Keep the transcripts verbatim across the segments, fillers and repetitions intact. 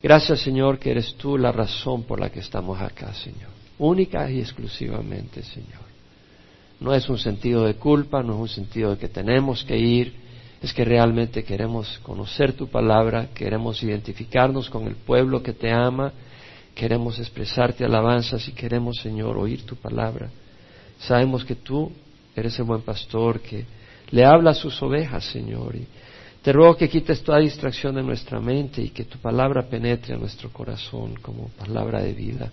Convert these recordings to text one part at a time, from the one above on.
Gracias, Señor, que eres tú la razón por la que estamos acá, Señor. Única y exclusivamente, Señor. No es un sentido de culpa, no es un sentido de que tenemos que ir, es que realmente queremos conocer tu palabra, queremos identificarnos con el pueblo que te ama, queremos expresarte alabanzas y queremos, Señor, oír tu palabra. Sabemos que tú eres el buen pastor que le habla a sus ovejas, Señor, y te ruego que quites toda distracción de nuestra mente y que tu palabra penetre a nuestro corazón como palabra de vida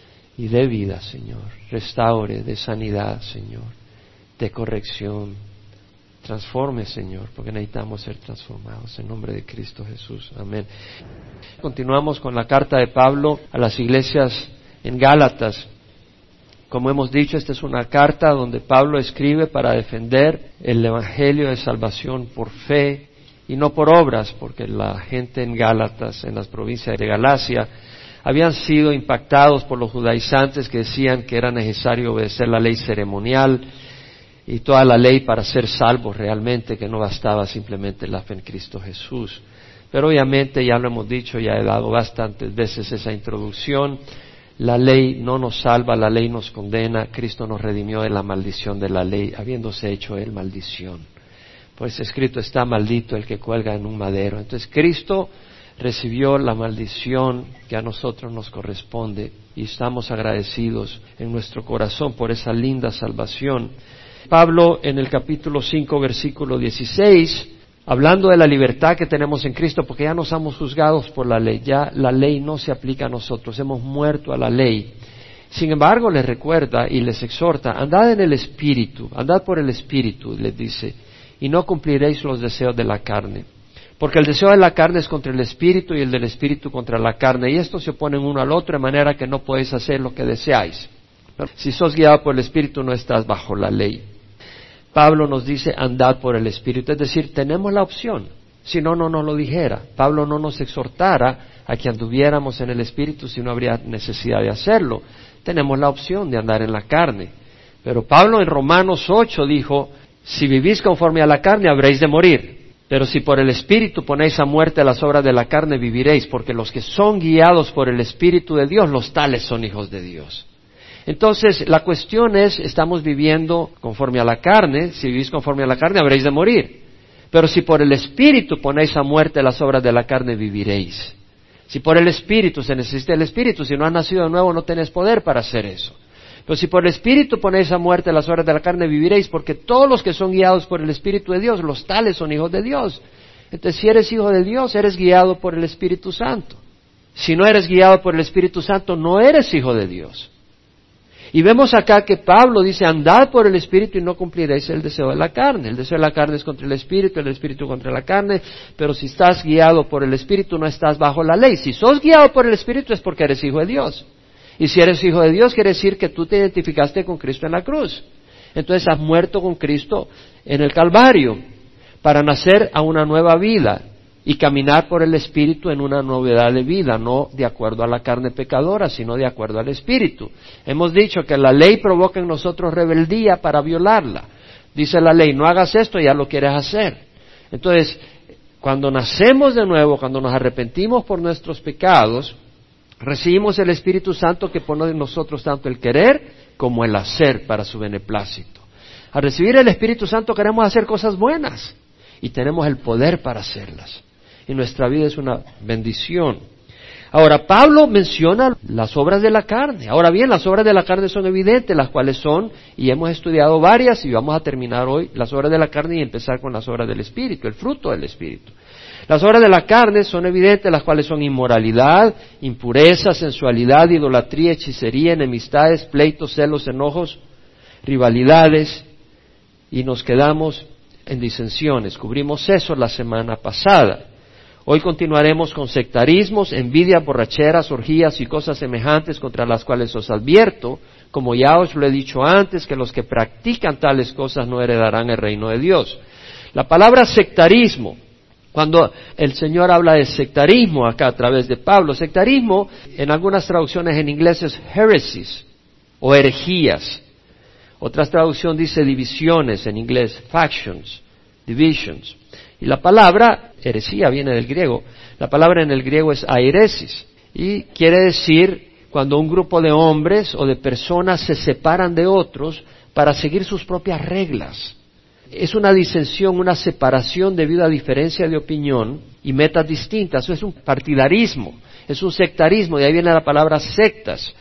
y de vida, Señor. Restaure, de sanidad, Señor, de corrección. Transforme, Señor, porque necesitamos ser transformados. En nombre de Cristo Jesús. Amén. Continuamos con la carta de Pablo a las iglesias en Gálatas. Como hemos dicho, esta es una carta donde Pablo escribe para defender el evangelio de salvación por fe y no por obras, porque la gente en Gálatas, en las provincias de Galacia, habían sido impactados por los judaizantes que decían que era necesario obedecer la ley ceremonial y toda la ley para ser salvos realmente, que no bastaba simplemente la fe en Cristo Jesús. Pero obviamente, ya lo hemos dicho, ya he dado bastantes veces esa introducción, la ley no nos salva, la ley nos condena, Cristo nos redimió de la maldición de la ley, habiéndose hecho Él maldición. Pues escrito está, maldito el que cuelga en un madero. Entonces Cristo recibió la maldición que a nosotros nos corresponde y estamos agradecidos en nuestro corazón por esa linda salvación. Pablo en el capítulo cinco, versículo dieciséis, hablando de la libertad que tenemos en Cristo, porque ya no somos juzgados por la ley, ya la ley no se aplica a nosotros, hemos muerto a la ley. Sin embargo, les recuerda y les exhorta, andad en el Espíritu, andad por el Espíritu, les dice, y no cumpliréis los deseos de la carne. Porque el deseo de la carne es contra el Espíritu y el del Espíritu contra la carne, y estos se oponen uno al otro de manera que no podéis hacer lo que deseáis. Pero si sos guiado por el Espíritu, no estás bajo la ley. Pablo nos dice, andad por el Espíritu, es decir, tenemos la opción, si no, no nos lo dijera. Pablo no nos exhortara a que anduviéramos en el Espíritu si no habría necesidad de hacerlo. Tenemos la opción de andar en la carne. Pero Pablo en Romanos ocho dijo, si vivís conforme a la carne, habréis de morir. Pero si por el Espíritu ponéis a muerte las obras de la carne, viviréis, porque los que son guiados por el Espíritu de Dios, los tales son hijos de Dios. Entonces, la cuestión es, estamos viviendo conforme a la carne, si vivís conforme a la carne, habréis de morir. Pero si por el Espíritu ponéis a muerte las obras de la carne, viviréis. Si por el Espíritu, se necesita el Espíritu, si no has nacido de nuevo, no tenés poder para hacer eso. Pero si por el Espíritu ponéis a muerte las obras de la carne, viviréis, porque todos los que son guiados por el Espíritu de Dios, los tales son hijos de Dios. Entonces, si eres hijo de Dios, eres guiado por el Espíritu Santo. Si no eres guiado por el Espíritu Santo, no eres hijo de Dios. Y vemos acá que Pablo dice, andad por el Espíritu y no cumpliréis el deseo de la carne. El deseo de la carne es contra el Espíritu, el Espíritu contra la carne, pero si estás guiado por el Espíritu no estás bajo la ley. Si sos guiado por el Espíritu es porque eres hijo de Dios. Y si eres hijo de Dios quiere decir que tú te identificaste con Cristo en la cruz. Entonces has muerto con Cristo en el Calvario para nacer a una nueva vida y caminar por el Espíritu en una novedad de vida, no de acuerdo a la carne pecadora, sino de acuerdo al Espíritu. Hemos dicho que la ley provoca en nosotros rebeldía para violarla. Dice la ley, no hagas esto, ya lo quieres hacer. Entonces, cuando nacemos de nuevo, cuando nos arrepentimos por nuestros pecados, recibimos el Espíritu Santo que pone en nosotros tanto el querer como el hacer para su beneplácito. Al recibir el Espíritu Santo queremos hacer cosas buenas y tenemos el poder para hacerlas. Y nuestra vida es una bendición. Ahora, Pablo menciona las obras de la carne. Ahora bien, las obras de la carne son evidentes, las cuales son, y hemos estudiado varias, y vamos a terminar hoy las obras de la carne y empezar con las obras del Espíritu, el fruto del Espíritu. Las obras de la carne son evidentes, las cuales son inmoralidad, impureza, sensualidad, idolatría, hechicería, enemistades, pleitos, celos, enojos, rivalidades, y nos quedamos en disensiones. Cubrimos eso la semana pasada. Hoy continuaremos con sectarismos, envidia, borracheras, orgías y cosas semejantes contra las cuales os advierto, como ya os lo he dicho antes, que los que practican tales cosas no heredarán el reino de Dios. La palabra sectarismo, cuando el Señor habla de sectarismo acá a través de Pablo, sectarismo en algunas traducciones en inglés es heresies o herejías. Otras traducciones dice divisiones en inglés, factions, divisions. Y la palabra heresía viene del griego. La palabra en el griego es airesis y quiere decir cuando un grupo de hombres o de personas se separan de otros para seguir sus propias reglas. Es una disensión, una separación debido a diferencia de opinión y metas distintas. Eso es un partidarismo, es un sectarismo, de ahí viene la palabra sectas.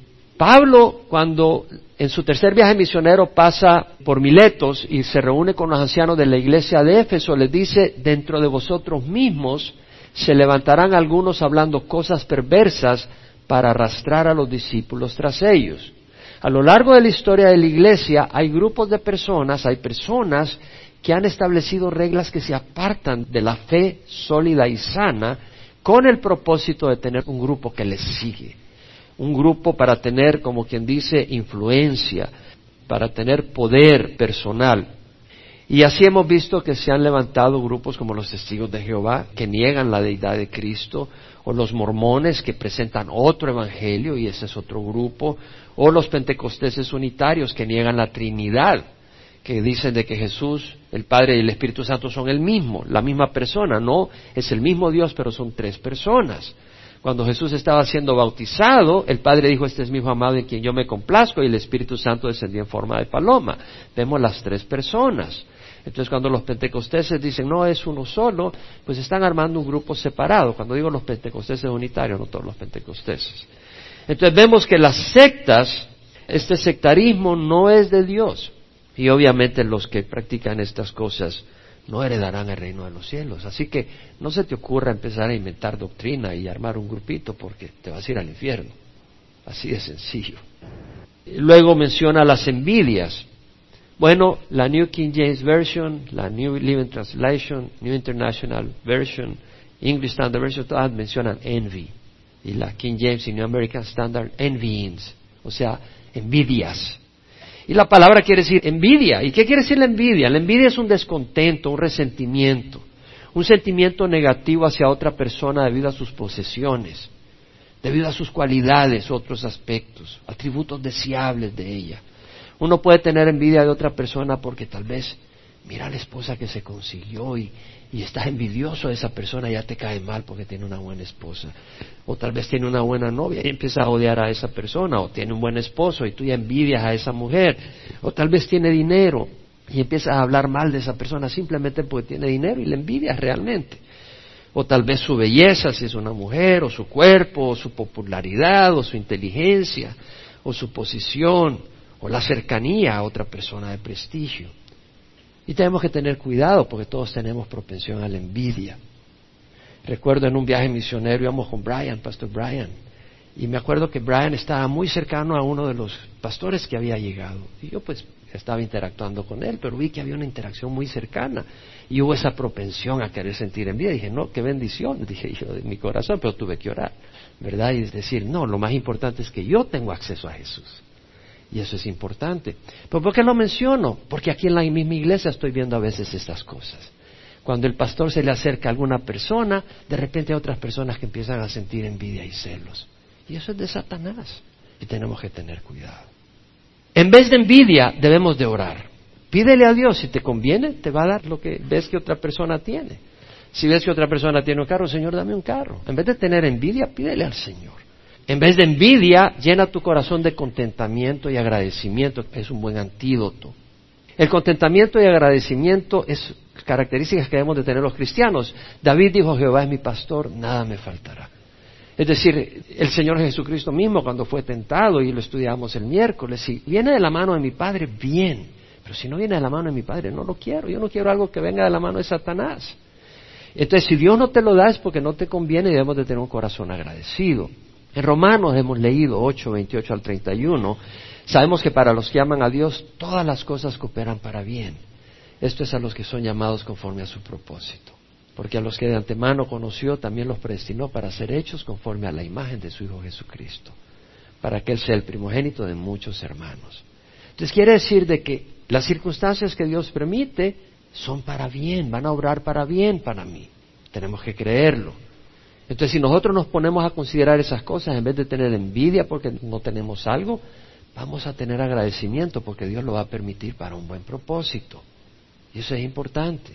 Pablo, cuando en su tercer viaje misionero pasa por Miletos y se reúne con los ancianos de la iglesia de Éfeso, les dice, dentro de vosotros mismos se levantarán algunos hablando cosas perversas para arrastrar a los discípulos tras ellos. A lo largo de la historia de la iglesia hay grupos de personas, hay personas que han establecido reglas que se apartan de la fe sólida y sana con el propósito de tener un grupo que les sigue. Un grupo para tener, como quien dice, influencia, para tener poder personal. Y así hemos visto que se han levantado grupos como los Testigos de Jehová, que niegan la deidad de Cristo, o los mormones que presentan otro evangelio, y ese es otro grupo, o los pentecosteses unitarios que niegan la Trinidad, que dicen de que Jesús, el Padre y el Espíritu Santo son el mismo, la misma persona, no, es el mismo Dios, pero son tres personas. Cuando Jesús estaba siendo bautizado, el Padre dijo, este es mi Hijo amado en quien yo me complazco, y el Espíritu Santo descendió en forma de paloma. Vemos las tres personas. Entonces cuando los pentecosteses dicen, no, es uno solo, pues están armando un grupo separado. Cuando digo los pentecosteses unitarios, no todos los pentecosteses. Entonces vemos que las sectas, este sectarismo no es de Dios. Y obviamente los que practican estas cosas no heredarán el reino de los cielos. Así que no se te ocurra empezar a inventar doctrina y armar un grupito porque te vas a ir al infierno. Así de sencillo. Luego menciona las envidias. Bueno, la New King James Version, la New Living Translation, New International Version, English Standard Version, todas mencionan envy. Y la King James y New American Standard, envyings, o sea, envidias. Y la palabra quiere decir envidia. ¿Y qué quiere decir la envidia? La envidia es un descontento, un resentimiento, un sentimiento negativo hacia otra persona debido a sus posesiones, debido a sus cualidades, otros aspectos, atributos deseables de ella. Uno puede tener envidia de otra persona porque tal vez mira a la esposa que se consiguió y, y estás envidioso de esa persona y ya te cae mal porque tiene una buena esposa. O tal vez tiene una buena novia y empiezas a odiar a esa persona. O tiene un buen esposo y tú ya envidias a esa mujer. O tal vez tiene dinero y empiezas a hablar mal de esa persona simplemente porque tiene dinero y le envidias realmente. O tal vez su belleza, si es una mujer, o su cuerpo, o su popularidad, o su inteligencia, o su posición, o la cercanía a otra persona de prestigio. Y tenemos que tener cuidado porque todos tenemos propensión a la envidia. Recuerdo en un viaje misionero íbamos con Brian, Pastor Brian, y me acuerdo que Brian estaba muy cercano a uno de los pastores que había llegado. Y yo pues estaba interactuando con él, pero vi que había una interacción muy cercana y hubo esa propensión a querer sentir envidia. Dije, no, qué bendición, dije yo de mi corazón, pero tuve que orar, ¿verdad? Y decir, no, lo más importante es que yo tengo acceso a Jesús. Y eso es importante. ¿Pero por qué lo menciono? Porque aquí en la misma iglesia estoy viendo a veces estas cosas. Cuando el pastor se le acerca a alguna persona, de repente hay otras personas que empiezan a sentir envidia y celos. Y eso es de Satanás. Y tenemos que tener cuidado. En vez de envidia, debemos de orar. Pídele a Dios, si te conviene, te va a dar lo que ves que otra persona tiene. Si ves que otra persona tiene un carro, Señor, dame un carro. En vez de tener envidia, pídele al Señor. En vez de envidia, llena tu corazón de contentamiento y agradecimiento. Es un buen antídoto. El contentamiento y agradecimiento es características que debemos de tener los cristianos. David dijo, Jehová es mi pastor, nada me faltará. Es decir, el Señor Jesucristo mismo cuando fue tentado, y lo estudiamos el miércoles, si viene de la mano de mi Padre, bien. Pero si no viene de la mano de mi Padre, no lo quiero. Yo no quiero algo que venga de la mano de Satanás. Entonces, si Dios no te lo da es porque no te conviene y debemos de tener un corazón agradecido. En Romanos hemos leído ocho, veintiocho al treinta y uno, sabemos que para los que aman a Dios todas las cosas cooperan para bien. Esto es a los que son llamados conforme a su propósito. Porque a los que de antemano conoció también los predestinó para ser hechos conforme a la imagen de su Hijo Jesucristo, para que Él sea el primogénito de muchos hermanos. Entonces quiere decir de que las circunstancias que Dios permite son para bien, van a obrar para bien para mí. Tenemos que creerlo. Entonces, si nosotros nos ponemos a considerar esas cosas, en vez de tener envidia porque no tenemos algo, vamos a tener agradecimiento porque Dios lo va a permitir para un buen propósito. Y eso es importante.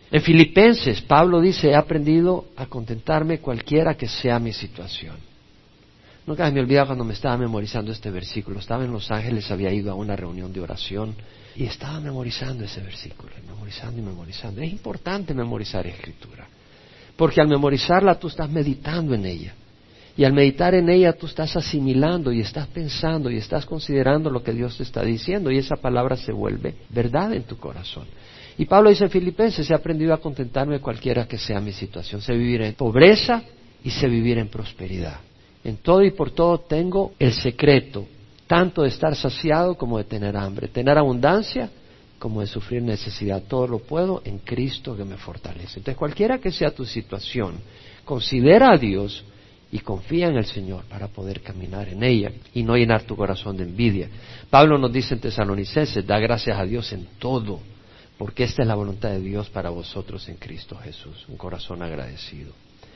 En Filipenses, Pablo dice, he aprendido a contentarme cualquiera que sea mi situación. Nunca se me olvida cuando me estaba memorizando este versículo. Estaba en Los Ángeles, había ido a una reunión de oración y estaba memorizando ese versículo, memorizando y memorizando. Es importante memorizar escritura, porque al memorizarla tú estás meditando en ella. Y al meditar en ella tú estás asimilando y estás pensando y estás considerando lo que Dios te está diciendo y esa palabra se vuelve verdad en tu corazón. Y Pablo dice en Filipenses, he aprendido a contentarme cualquiera que sea mi situación. Sé vivir en pobreza y sé vivir en prosperidad. En todo y por todo tengo el secreto, tanto de estar saciado como de tener hambre, tener abundancia como de sufrir necesidad. Todo lo puedo en Cristo que me fortalece. Entonces, cualquiera que sea tu situación, considera a Dios y confía en el Señor para poder caminar en ella y no llenar tu corazón de envidia. Pablo nos dice en Tesalonicenses, da gracias a Dios en todo, porque esta es la voluntad de Dios para vosotros en Cristo Jesús. Un corazón agradecido.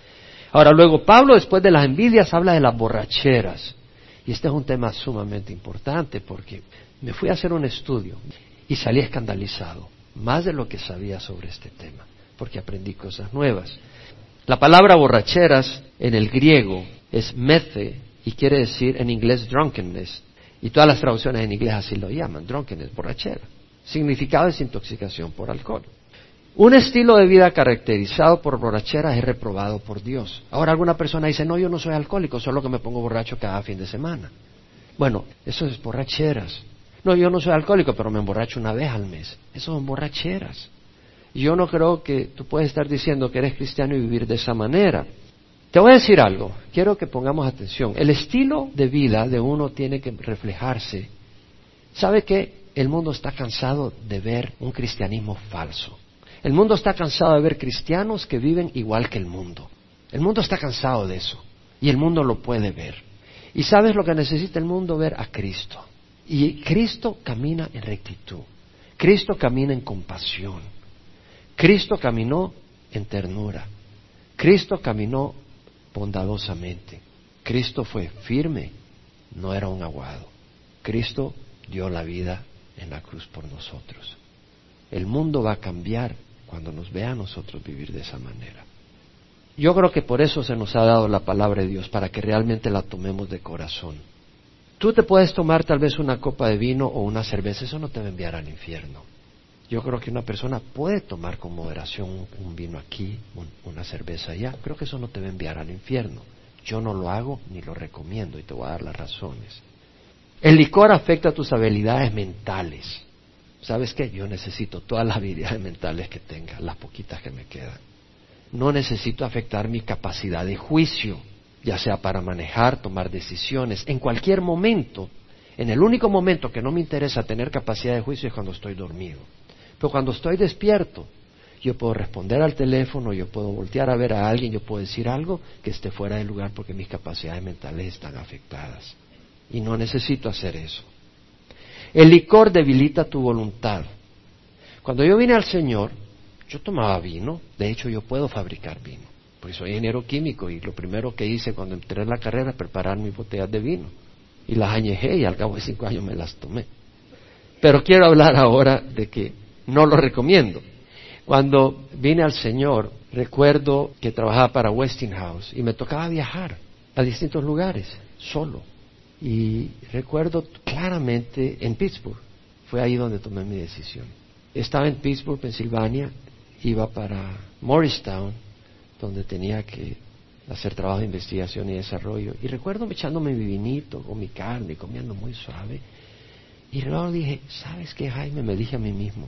Ahora luego Pablo, después de las envidias, habla de las borracheras. Y este es un tema sumamente importante porque me fui a hacer un estudio y salí escandalizado, más de lo que sabía sobre este tema, porque aprendí cosas nuevas. La palabra borracheras en el griego es methe y quiere decir en inglés drunkenness. Y todas las traducciones en inglés así lo llaman, drunkenness, borrachera. Significado es intoxicación por alcohol. Un estilo de vida caracterizado por borracheras es reprobado por Dios. Ahora alguna persona dice, no, yo no soy alcohólico, solo que me pongo borracho cada fin de semana. Bueno, eso es borracheras. No, yo no soy alcohólico, pero me emborracho una vez al mes. Eso son borracheras. Y yo no creo que tú puedes estar diciendo que eres cristiano y vivir de esa manera. Te voy a decir algo, quiero que pongamos atención. El estilo de vida de uno tiene que reflejarse. ¿Sabe qué? El mundo está cansado de ver un cristianismo falso. El mundo está cansado de ver cristianos que viven igual que el mundo. El mundo está cansado de eso. Y el mundo lo puede ver. ¿Y sabes lo que necesita el mundo? Ver a Cristo. Y Cristo camina en rectitud. Cristo camina en compasión. Cristo caminó en ternura. Cristo caminó bondadosamente. Cristo fue firme, no era un aguado. Cristo dio la vida en la cruz por nosotros. El mundo va a cambiar cuando nos vea a nosotros vivir de esa manera. Yo creo que por eso se nos ha dado la palabra de Dios, para que realmente la tomemos de corazón. Tú te puedes tomar tal vez una copa de vino o una cerveza, eso no te va a enviar al infierno. Yo creo que una persona puede tomar con moderación un, un vino aquí, un, una cerveza allá. Creo que eso no te va a enviar al infierno. Yo no lo hago ni lo recomiendo y te voy a dar las razones. El licor afecta tus habilidades mentales. ¿Sabes qué? Yo necesito todas las habilidades mentales que tenga, las poquitas que me quedan. No necesito afectar mi capacidad de juicio, ya sea para manejar, tomar decisiones, en cualquier momento. En el único momento que no me interesa tener capacidad de juicio es cuando estoy dormido. Pero cuando estoy despierto, yo puedo responder al teléfono, yo puedo voltear a ver a alguien, yo puedo decir algo que esté fuera de lugar porque mis capacidades mentales están afectadas. Y no necesito hacer eso. El licor debilita tu voluntad. Cuando yo vine al Señor, yo tomaba vino. De hecho, yo puedo fabricar vino, porque soy ingeniero químico y lo primero que hice cuando entré en la carrera es preparar mis botellas de vino. Y las añejé y al cabo de cinco años me las tomé. Pero quiero hablar ahora de que no lo recomiendo. Cuando vine al Señor, recuerdo que trabajaba para Westinghouse y me tocaba viajar a distintos lugares, solo. Y recuerdo claramente en Pittsburgh, fue ahí donde tomé mi decisión. Estaba en Pittsburgh, Pensilvania, iba para Morristown, donde tenía que hacer trabajo de investigación y desarrollo. Y recuerdo echándome mi vinito o mi carne, comiendo muy suave. Y luego dije, ¿sabes qué, Jaime? Me dije a mí mismo,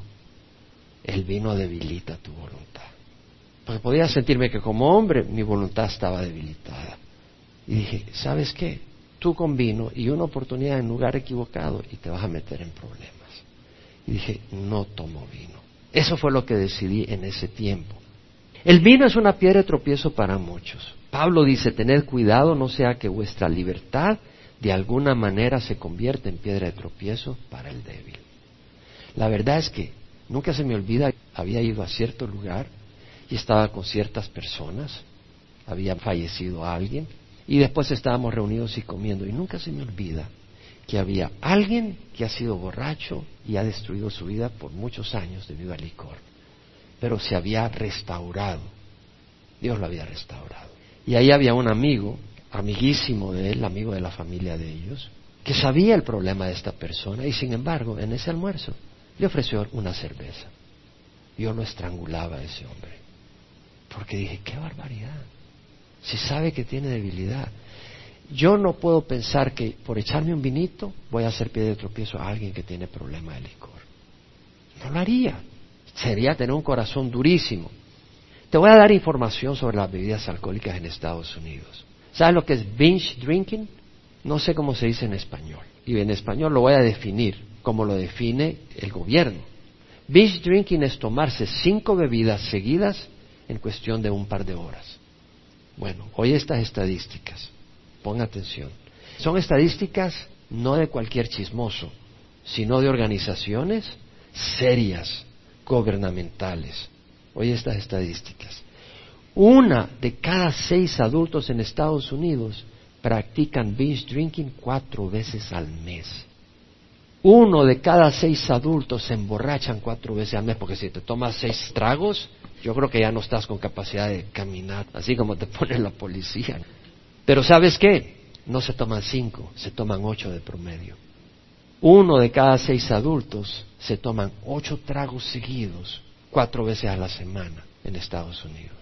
el vino debilita tu voluntad. Porque podía sentirme que como hombre mi voluntad estaba debilitada. Y dije, ¿sabes qué? Tú con vino y una oportunidad en lugar equivocado y te vas a meter en problemas. Y dije, no tomo vino. Eso fue lo que decidí en ese tiempo. El vino es una piedra de tropiezo para muchos. Pablo dice, tened cuidado, no sea que vuestra libertad de alguna manera se convierta en piedra de tropiezo para el débil. La verdad es que nunca se me olvida, había ido a cierto lugar y estaba con ciertas personas, había fallecido alguien y después estábamos reunidos y comiendo y nunca se me olvida que había alguien que ha sido borracho y ha destruido su vida por muchos años debido al licor. pero se había restaurado. Dios lo había restaurado. Y ahí había un amigo, amiguísimo de él, amigo de la familia de ellos, que sabía el problema de esta persona y sin embargo en ese almuerzo le ofreció una cerveza. Yo lo estrangulaba a ese hombre, porque dije, qué barbaridad, si sabe que tiene debilidad. Yo no puedo pensar que por echarme un vinito voy a hacer pie de tropiezo a alguien que tiene problema de licor. No lo haría, sería tener un corazón durísimo. Te voy a dar información sobre las bebidas alcohólicas en Estados Unidos. ¿Sabes lo que es binge drinking? No sé cómo se dice en español. Y en español lo voy a definir como lo define el gobierno. Binge drinking es tomarse cinco bebidas seguidas en cuestión de un par de horas. Bueno, oye estas estadísticas. Pon atención. Son estadísticas no de cualquier chismoso, sino de organizaciones serias, gubernamentales. Oye estas estadísticas. Una de cada seis adultos en Estados Unidos practican binge drinking cuatro veces al mes. Uno de cada seis adultos se emborrachan cuatro veces al mes, porque si te tomas seis tragos, yo creo que ya no estás con capacidad de caminar, así como te pone la policía. Pero ¿sabes qué? No se toman cinco, se toman ocho de promedio. Uno de cada seis adultos se toman ocho tragos seguidos, cuatro veces a la semana en Estados Unidos.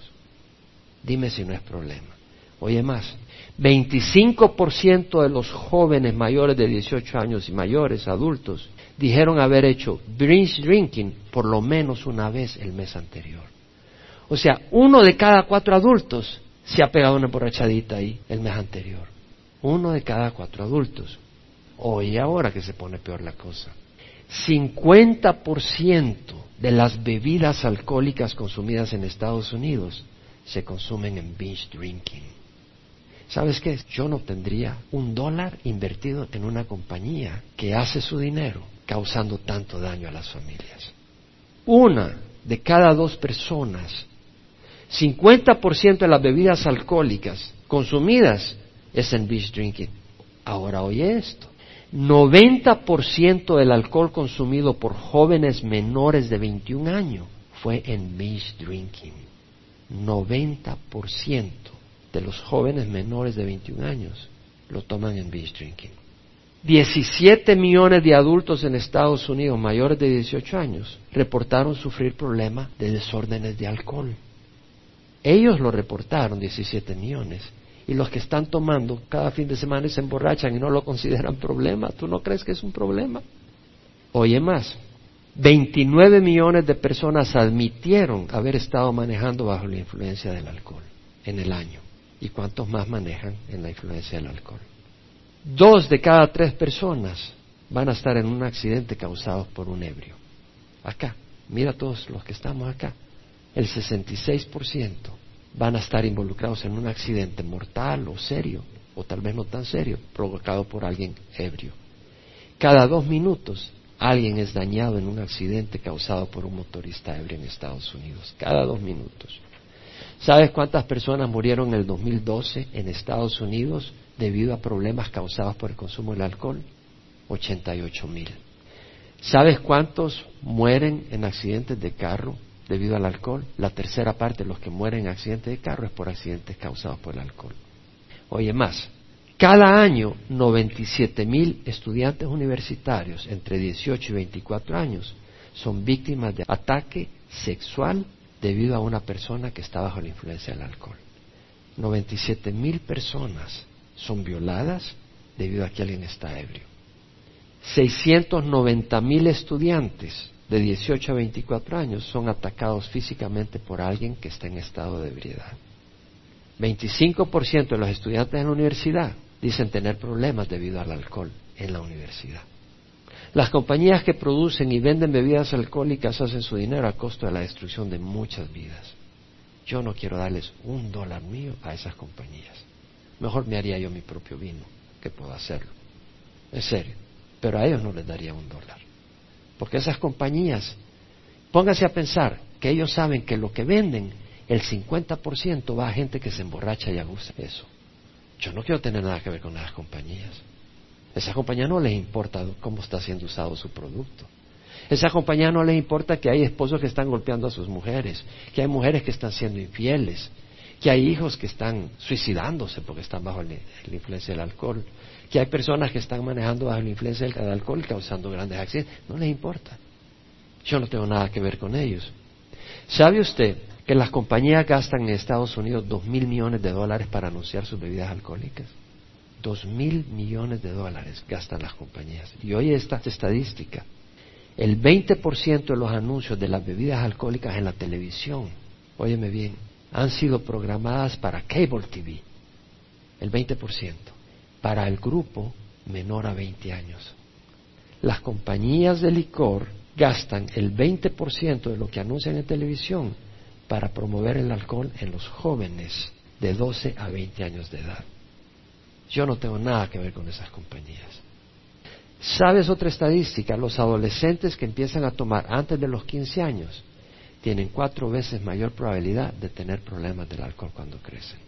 Dime si no es problema. Oye más, veinticinco por ciento de los jóvenes mayores de dieciocho años y mayores, adultos, dijeron haber hecho binge drinking por lo menos una vez el mes anterior. O sea, uno de cada cuatro adultos se ha pegado una emborrachadita ahí el mes anterior. Uno de cada cuatro adultos. Oye, ahora que se pone peor la cosa. cincuenta por ciento de las bebidas alcohólicas consumidas en Estados Unidos se consumen en binge drinking. ¿Sabes qué? Yo no tendría un dólar invertido en una compañía que hace su dinero causando tanto daño a las familias. Una de cada dos personas, cincuenta por ciento de las bebidas alcohólicas consumidas es en binge drinking. Ahora oye esto. noventa por ciento del alcohol consumido por jóvenes menores de veintiún años fue en binge drinking. noventa por ciento de los jóvenes menores de veintiún años lo toman en binge drinking. diecisiete millones de adultos en Estados Unidos mayores de dieciocho años reportaron sufrir problemas de desórdenes de alcohol. Ellos lo reportaron, diecisiete millones. Y los que están tomando cada fin de semana y se emborrachan y no lo consideran problema. ¿Tú no crees que es un problema? Oye más, veintinueve millones de personas admitieron haber estado manejando bajo la influencia del alcohol en el año. ¿Y cuántos más manejan en la influencia del alcohol? Dos de cada tres personas van a estar en un accidente causado por un ebrio. Acá, mira todos los que estamos acá. El sesenta y seis por ciento van a estar involucrados en un accidente mortal o serio, o tal vez no tan serio, provocado por alguien ebrio. Cada dos minutos alguien es dañado en un accidente causado por un motorista ebrio en Estados Unidos. Cada dos minutos. ¿Sabes cuántas personas murieron en el dos mil doce en Estados Unidos debido a problemas causados por el consumo del alcohol? ochenta y ocho mil. ¿Sabes cuántos mueren en accidentes de carro debido al alcohol? La tercera parte de los que mueren en accidentes de carro es por accidentes causados por el alcohol. Oye más, cada año noventa y siete mil estudiantes universitarios entre dieciocho y veinticuatro años son víctimas de ataque sexual debido a una persona que está bajo la influencia del alcohol. noventa y siete mil personas son violadas debido a que alguien está ebrio. seiscientos noventa mil estudiantes de dieciocho a veinticuatro años son atacados físicamente por alguien que está en estado de ebriedad. veinticinco por ciento de los estudiantes en la universidad dicen tener problemas debido al alcohol en la universidad. Las compañías que producen y venden bebidas alcohólicas hacen su dinero a costo de la destrucción de muchas vidas. Yo no quiero darles un dólar mío a esas compañías. Mejor me haría yo mi propio vino, que puedo hacerlo. En serio. Pero a ellos no les daría un dólar. Porque esas compañías, pónganse a pensar que ellos saben que lo que venden, el cincuenta por ciento va a gente que se emborracha y abusa de eso. Yo no quiero tener nada que ver con esas compañías. A esas compañías no les importa cómo está siendo usado su producto. Esa compañía no les importa que hay esposos que están golpeando a sus mujeres, que hay mujeres que están siendo infieles, que hay hijos que están suicidándose porque están bajo la influencia del alcohol, que hay personas que están manejando bajo la influencia del alcohol causando grandes accidentes. No les importa. Yo no tengo nada que ver con ellos. ¿Sabe usted que las compañías gastan en Estados Unidos dos mil millones de dólares para anunciar sus bebidas alcohólicas? Dos mil millones de dólares gastan las compañías. Y oye esta estadística. El veinte por ciento de los anuncios de las bebidas alcohólicas en la televisión, óyeme bien, han sido programadas para cable T V. El veinte por ciento. Para el grupo menor a veinte años. Las compañías de licor gastan el veinte por ciento de lo que anuncian en televisión para promover el alcohol en los jóvenes de doce a veinte años de edad. Yo no tengo nada que ver con esas compañías. ¿Sabes otra estadística? Los adolescentes que empiezan a tomar antes de los quince años tienen cuatro veces mayor probabilidad de tener problemas del alcohol cuando crecen.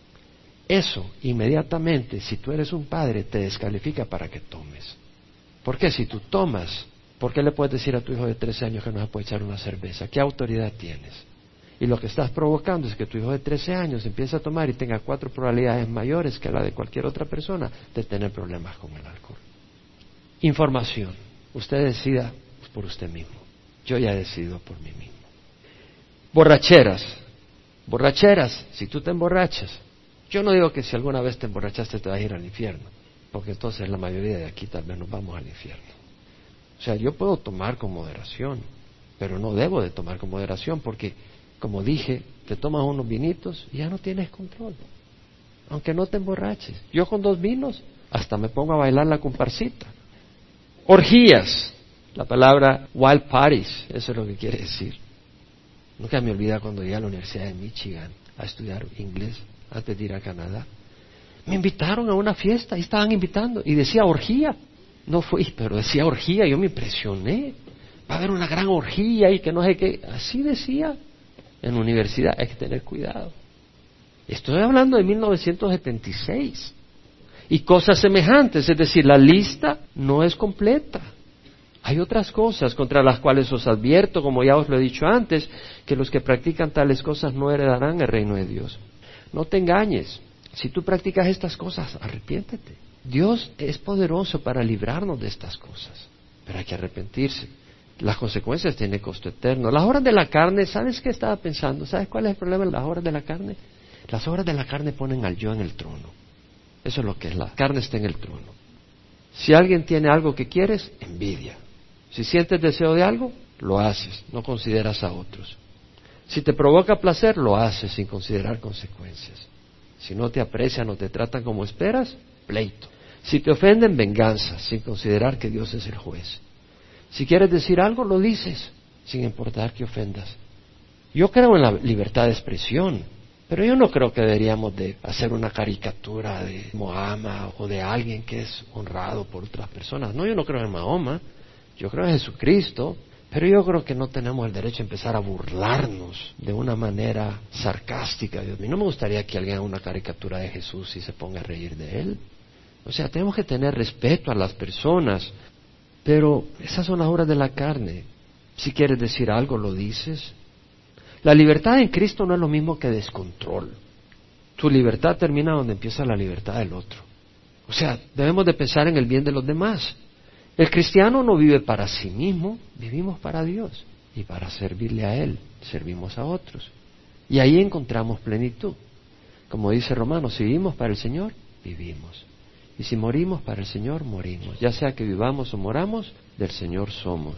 Eso, inmediatamente, si tú eres un padre, te descalifica para que tomes. Porque si tú tomas, ¿por qué le puedes decir a tu hijo de trece años que no se puede echar una cerveza? ¿Qué autoridad tienes? Y lo que estás provocando es que tu hijo de trece años empiece a tomar y tenga cuatro probabilidades mayores que la de cualquier otra persona de tener problemas con el alcohol. Información. Usted decida por usted mismo. Yo ya he decidido por mí mismo. Borracheras. Borracheras. Si tú te emborrachas, yo no digo que si alguna vez te emborrachaste te vas a ir al infierno, porque entonces la mayoría de aquí tal vez nos vamos al infierno. O sea, yo puedo tomar con moderación, pero no debo de tomar con moderación, porque, como dije, te tomas unos vinitos y ya no tienes control, aunque no te emborraches. Yo con dos vinos hasta me pongo a bailar la comparsita. Orgías, la palabra wild parties, eso es lo que quiere decir. Nunca me olvida cuando llegué a la Universidad de Michigan a estudiar inglés antes de ir a Canadá. Me invitaron a una fiesta y estaban invitando y decía orgía. No fui, pero decía orgía, yo me impresioné. Va a haber una gran orgía y que no sé qué. Así decía. En la universidad hay que tener cuidado. Estoy hablando de mil novecientos setenta y seis. Y cosas semejantes, es decir, la lista no es completa. Hay otras cosas contra las cuales os advierto, como ya os lo he dicho antes, que los que practican tales cosas no heredarán el reino de Dios. No te engañes. Si tú practicas estas cosas, arrepiéntete. Dios es poderoso para librarnos de estas cosas, pero hay que arrepentirse. Las consecuencias tienen costo eterno. Las obras de la carne, ¿sabes qué estaba pensando? ¿Sabes cuál es el problema de las obras de la carne? Las obras de la carne ponen al yo en el trono. Eso es lo que es. La carne está en el trono. Si alguien tiene algo que quieres, envidia. Si sientes deseo de algo, lo haces, no consideras a otros. Si te provoca placer, lo haces sin considerar consecuencias. Si no te aprecian o te tratan como esperas, pleito. Si te ofenden, venganza, sin considerar que Dios es el juez. Si quieres decir algo, lo dices, sin importar que ofendas. Yo creo en la libertad de expresión, pero yo no creo que deberíamos de hacer una caricatura de Mahoma o de alguien que es honrado por otras personas. No, yo no creo en Mahoma, yo creo en Jesucristo, pero yo creo que no tenemos el derecho a empezar a burlarnos de una manera sarcástica. Dios mío, no me gustaría que alguien haga una caricatura de Jesús y se ponga a reír de él. O sea, tenemos que tener respeto a las personas, pero esas son las obras de la carne. Si quieres decir algo, lo dices. La libertad en Cristo no es lo mismo que descontrol. Tu libertad termina donde empieza la libertad del otro. O sea, debemos de pensar en el bien de los demás. El cristiano no vive para sí mismo, vivimos para Dios y para servirle a Él, servimos a otros. Y ahí encontramos plenitud. Como dice Romanos, si vivimos para el Señor, vivimos. Y si morimos para el Señor, morimos. Ya sea que vivamos o moramos, del Señor somos.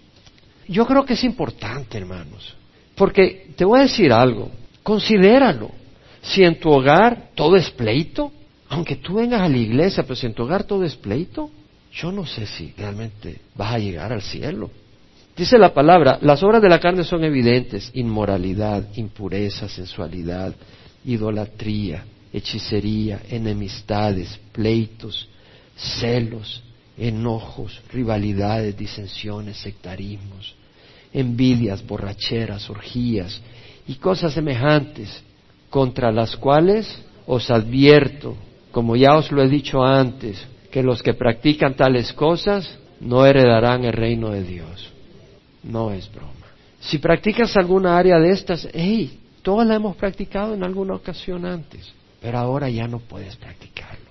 Yo creo que es importante, hermanos, porque te voy a decir algo, considéralo. Si en tu hogar todo es pleito, aunque tú vengas a la iglesia, pero si en tu hogar todo es pleito, yo no sé si realmente vas a llegar al cielo. Dice la palabra, las obras de la carne son evidentes: inmoralidad, impureza, sensualidad, idolatría, hechicería, enemistades, pleitos, celos, enojos, rivalidades, disensiones, sectarismos, envidias, borracheras, orgías y cosas semejantes, contra las cuales os advierto, como ya os lo he dicho antes, que los que practican tales cosas no heredarán el reino de Dios. No es broma. Si practicas alguna área de estas, hey, todas la hemos practicado en alguna ocasión antes, pero ahora ya no puedes practicarlo.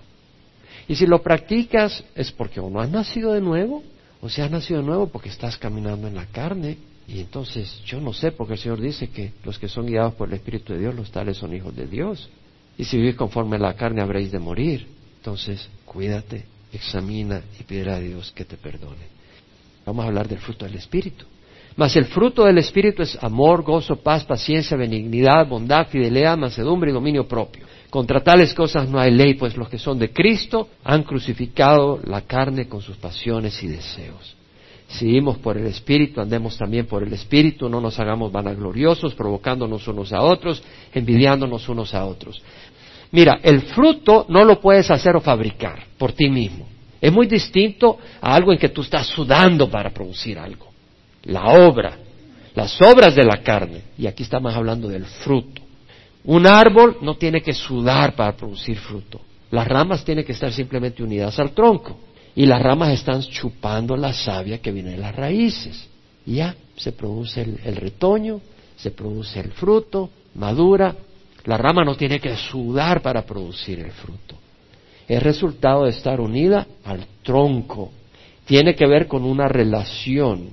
Y si lo practicas es porque o no has nacido de nuevo, o si has nacido de nuevo porque estás caminando en la carne. Y entonces yo no sé, porque el Señor dice que los que son guiados por el Espíritu de Dios, los tales son hijos de Dios. Y si vivís conforme a la carne habréis de morir. Entonces cuídate, examina y pídele a Dios que te perdone. Vamos a hablar del fruto del Espíritu. Mas el fruto del Espíritu es amor, gozo, paz, paciencia, benignidad, bondad, fidelidad, mansedumbre y dominio propio. Contra tales cosas no hay ley, pues los que son de Cristo han crucificado la carne con sus pasiones y deseos. Si vivimos por el Espíritu, andemos también por el Espíritu, no nos hagamos vanagloriosos, provocándonos unos a otros, envidiándonos unos a otros. Mira, el fruto no lo puedes hacer o fabricar por ti mismo. Es muy distinto a algo en que tú estás sudando para producir algo. La obra, las obras de la carne, y aquí estamos hablando del fruto. Un árbol no tiene que sudar para producir fruto. Las ramas tienen que estar simplemente unidas al tronco. Y las ramas están chupando la savia que viene de las raíces. Y ya se produce el, el retoño, se produce el fruto, madura. La rama no tiene que sudar para producir el fruto. Es resultado de estar unida al tronco. Tiene que ver con una relación.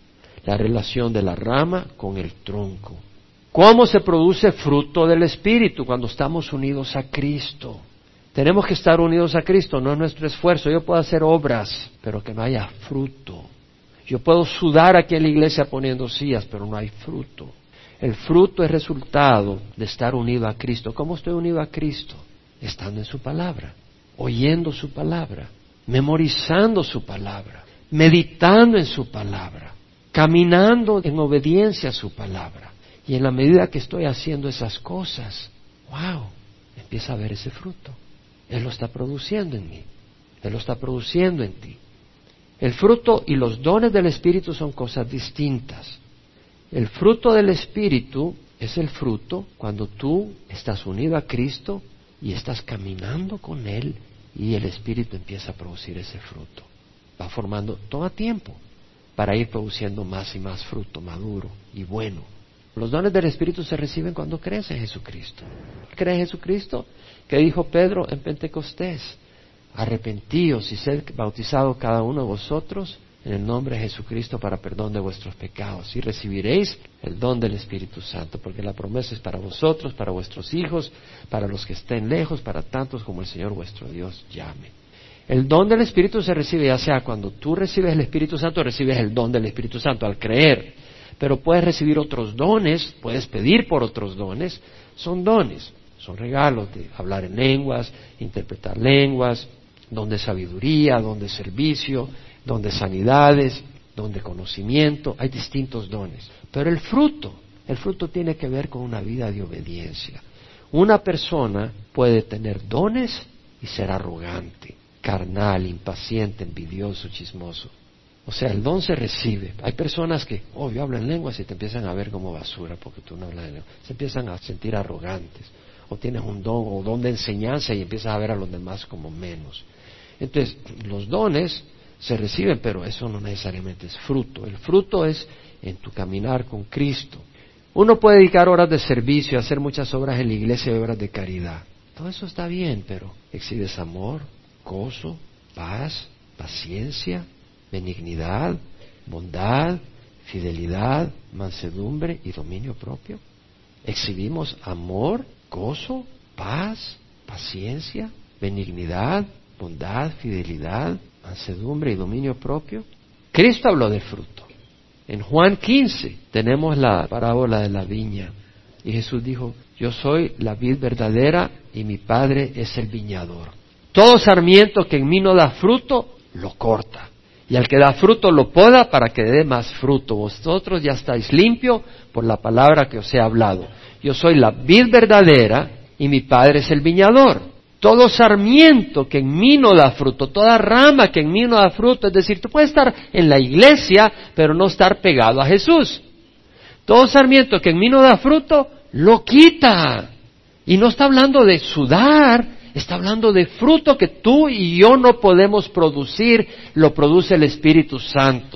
La relación de la rama con el tronco. ¿Cómo se produce fruto del Espíritu? Cuando estamos unidos a Cristo. Tenemos que estar unidos a Cristo, no es nuestro esfuerzo. Yo puedo hacer obras, pero que no haya fruto. Yo puedo sudar aquí en la iglesia poniendo sillas, pero no hay fruto. El fruto es resultado de estar unido a Cristo. ¿Cómo estoy unido a Cristo? Estando en su palabra, oyendo su palabra, memorizando su palabra, meditando en su palabra, caminando en obediencia a su palabra. Y en la medida que estoy haciendo esas cosas, wow, empieza a ver ese fruto. Él lo está produciendo en mí. Él lo está produciendo en ti. El fruto y los dones del Espíritu son cosas distintas. El fruto del Espíritu es el fruto cuando tú estás unido a Cristo y estás caminando con Él y el Espíritu empieza a producir ese fruto. Va formando todo a tiempo para ir produciendo más y más fruto maduro y bueno. Los dones del Espíritu se reciben cuando crees en Jesucristo. ¿Crees en Jesucristo? ¿Qué dijo Pedro en Pentecostés? Arrepentíos y sed bautizados cada uno de vosotros en el nombre de Jesucristo para perdón de vuestros pecados y recibiréis el don del Espíritu Santo, porque la promesa es para vosotros, para vuestros hijos, para los que estén lejos, para tantos como el Señor vuestro Dios llame. El don del Espíritu se recibe ya sea cuando tú recibes el Espíritu Santo, recibes el don del Espíritu Santo al creer, pero puedes recibir otros dones, puedes pedir por otros dones, son dones, son regalos de hablar en lenguas, interpretar lenguas, don de sabiduría, don de servicio, don de sanidades, don de conocimiento, hay distintos dones. Pero el fruto, el fruto tiene que ver con una vida de obediencia. Una persona puede tener dones y ser arrogante, carnal, impaciente, envidioso, chismoso. O sea, el don se recibe. Hay personas que, oh, yo hablo en lenguas y te empiezan a ver como basura porque tú no hablas en lenguas. Se empiezan a sentir arrogantes. O tienes un don o don de enseñanza y empiezas a ver a los demás como menos. Entonces, los dones se reciben, pero eso no necesariamente es fruto. El fruto es en tu caminar con Cristo. Uno puede dedicar horas de servicio, hacer muchas obras en la iglesia y obras de caridad. Todo eso está bien, pero exhibes amor, gozo, paz, paciencia, benignidad, bondad, fidelidad, mansedumbre y dominio propio. Exhibimos amor, gozo, paz, paciencia, benignidad, bondad, fidelidad, mansedumbre y dominio propio. Cristo habló del fruto. En Juan quince tenemos la parábola de la viña. Y Jesús dijo, yo soy la vid verdadera y mi Padre es el viñador. Todo sarmiento que en mí no da fruto, lo corta. Y al que da fruto lo poda para que dé más fruto. Vosotros ya estáis limpios por la palabra que os he hablado. Yo soy la vid verdadera y mi Padre es el viñador. Todo sarmiento que en mí no da fruto, toda rama que en mí no da fruto, es decir, tú puedes estar en la iglesia, pero no estar pegado a Jesús. Todo sarmiento que en mí no da fruto, lo quita. Y no está hablando de sudar, está hablando de fruto que tú y yo no podemos producir, lo produce el Espíritu Santo.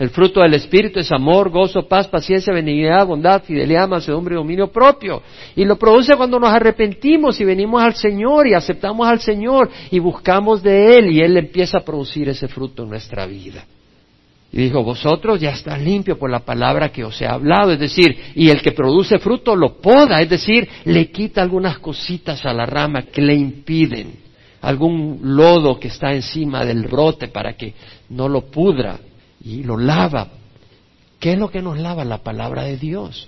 El fruto del Espíritu es amor, gozo, paz, paciencia, benignidad, bondad, fidelidad, mansedumbre y dominio propio. Y lo produce cuando nos arrepentimos y venimos al Señor y aceptamos al Señor y buscamos de Él, y Él empieza a producir ese fruto en nuestra vida. Y dijo, vosotros ya están limpios por la palabra que os he hablado. Es decir, y el que produce fruto lo poda, es decir, le quita algunas cositas a la rama que le impiden, algún lodo que está encima del brote para que no lo pudra, y lo lava. ¿Qué es lo que nos lava? La palabra de Dios.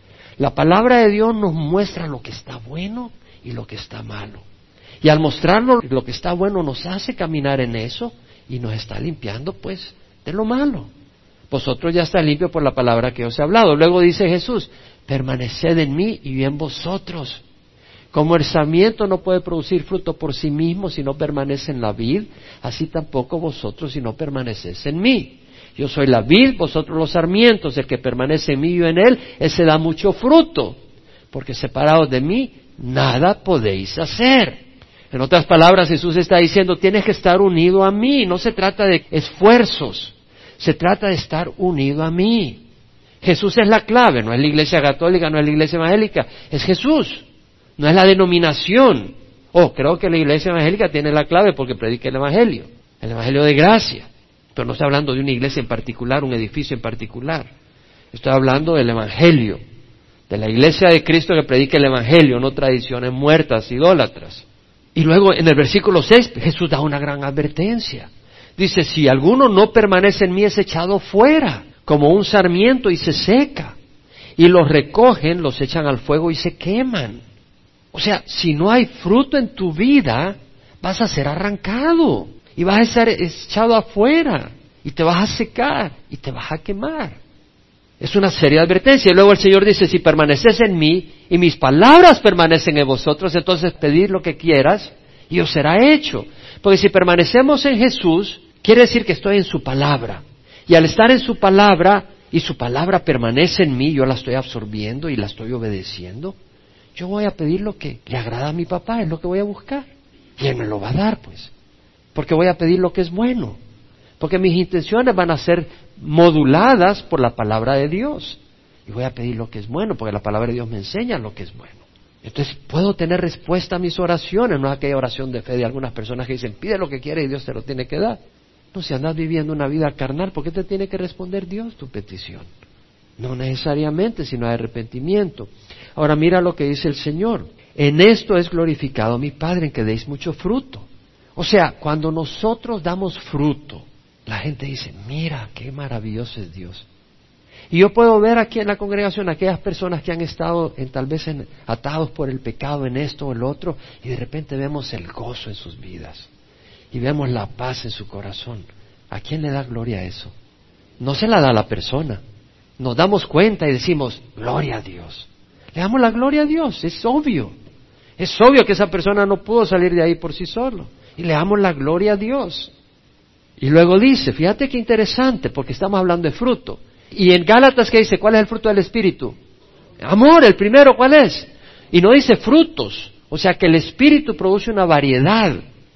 La palabra de Dios nos muestra lo que está bueno y lo que está malo. Y al mostrarnos lo que está bueno nos hace caminar en eso y nos está limpiando pues de lo malo. Vosotros ya estáis limpios por la palabra que os he hablado. Luego dice Jesús, permaneced en mí y yo en vosotros. Como el sarmiento no puede producir fruto por sí mismo si no permanece en la vid, así tampoco vosotros si no permanecéis en mí. Yo soy la vid, vosotros los sarmientos. El que permanece en mí y yo en él, ese da mucho fruto, porque separados de mí nada podéis hacer. En otras palabras, Jesús está diciendo, tienes que estar unido a mí. No se trata de esfuerzos, se trata de estar unido a mí. Jesús es la clave, no es la iglesia católica, no es la iglesia evangélica, es Jesús, no es la denominación. Oh, creo que la iglesia evangélica tiene la clave porque predica el evangelio, el evangelio de gracia. Pero no estoy hablando de una iglesia en particular, un edificio en particular. Estoy hablando del evangelio, de la iglesia de Cristo que predica el evangelio, no tradiciones muertas, idólatras. Y luego en el versículo seis Jesús da una gran advertencia. Dice, si alguno no permanece en mí es echado fuera, como un sarmiento y se seca. Y los recogen, los echan al fuego y se queman. O sea, si no hay fruto en tu vida, vas a ser arrancado. Y vas a ser echado afuera. Y te vas a secar. Y te vas a quemar. Es una seria advertencia. Y luego el Señor dice, si permaneces en mí y mis palabras permanecen en vosotros, entonces pedid lo que quieras y os será hecho. Porque si permanecemos en Jesús, quiere decir que estoy en su palabra. Y al estar en su palabra y su palabra permanece en mí, yo la estoy absorbiendo y la estoy obedeciendo, yo voy a pedir lo que le agrada a mi papá, es lo que voy a buscar. Y Él me lo va a dar, pues. Porque voy a pedir lo que es bueno. Porque mis intenciones van a ser moduladas por la palabra de Dios. Y voy a pedir lo que es bueno, porque la palabra de Dios me enseña lo que es bueno. Entonces puedo tener respuesta a mis oraciones, no es aquella oración de fe de algunas personas que dicen, pide lo que quieres y Dios te lo tiene que dar. No, si andas viviendo una vida carnal, ¿por qué te tiene que responder Dios tu petición? No necesariamente, sino hay arrepentimiento. Ahora mira lo que dice el Señor. En esto es glorificado mi Padre, en que deis mucho fruto. O sea, cuando nosotros damos fruto, la gente dice, mira, qué maravilloso es Dios. Y yo puedo ver aquí en la congregación aquellas personas que han estado en, tal vez en, atados por el pecado en esto o el otro, y de repente vemos el gozo en sus vidas. Y vemos la paz en su corazón. ¿A quién le da gloria a eso? No se la da a la persona. Nos damos cuenta y decimos, gloria a Dios. Le damos la gloria a Dios, es obvio. Es obvio que esa persona no pudo salir de ahí por sí solo. Y le damos la gloria a Dios. Y luego dice, fíjate qué interesante, porque estamos hablando de fruto. Y en Gálatas, ¿qué dice? ¿Cuál es el fruto del Espíritu? Amor, el primero, ¿cuál es? Y no dice frutos. O sea que el Espíritu produce una variedad.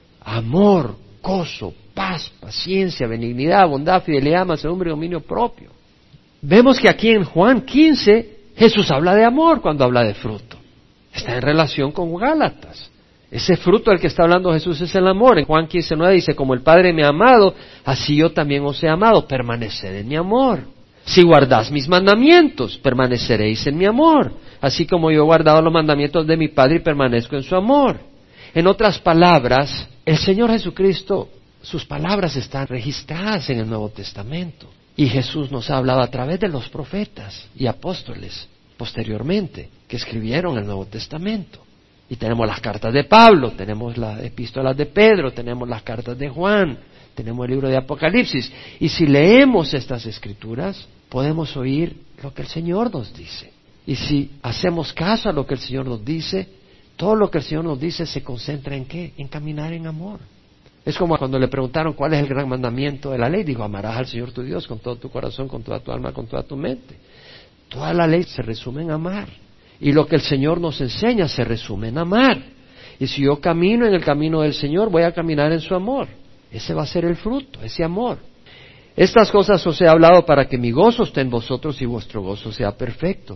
Amor, gozo, paz, paciencia, benignidad, bondad, fidelidad, mansedumbre y dominio propio. Vemos que aquí en Juan quince, Jesús habla de amor cuando habla de fruto. Está en relación con Gálatas. Ese fruto del que está hablando Jesús es el amor. En Juan quince nueve dice, como el Padre me ha amado, así yo también os he amado, permaneced en mi amor. Si guardás mis mandamientos, permaneceréis en mi amor, así como yo he guardado los mandamientos de mi Padre y permanezco en su amor. En otras palabras, el Señor Jesucristo, sus palabras están registradas en el Nuevo Testamento. Y Jesús nos ha hablado a través de los profetas y apóstoles posteriormente, que escribieron el Nuevo Testamento. Y tenemos las cartas de Pablo, tenemos las epístolas de Pedro, tenemos las cartas de Juan, tenemos el libro de Apocalipsis. Y si leemos estas escrituras, podemos oír lo que el Señor nos dice. Y si hacemos caso a lo que el Señor nos dice, todo lo que el Señor nos dice se concentra en ¿qué? En caminar en amor. Es como cuando le preguntaron cuál es el gran mandamiento de la ley. Digo, amarás al Señor tu Dios con todo tu corazón, con toda tu alma, con toda tu mente. Toda la ley se resume en amar. Y lo que el Señor nos enseña se resume en amar. Y si yo camino en el camino del Señor, voy a caminar en su amor. Ese va a ser el fruto, ese amor. Estas cosas os he hablado para que mi gozo esté en vosotros y vuestro gozo sea perfecto.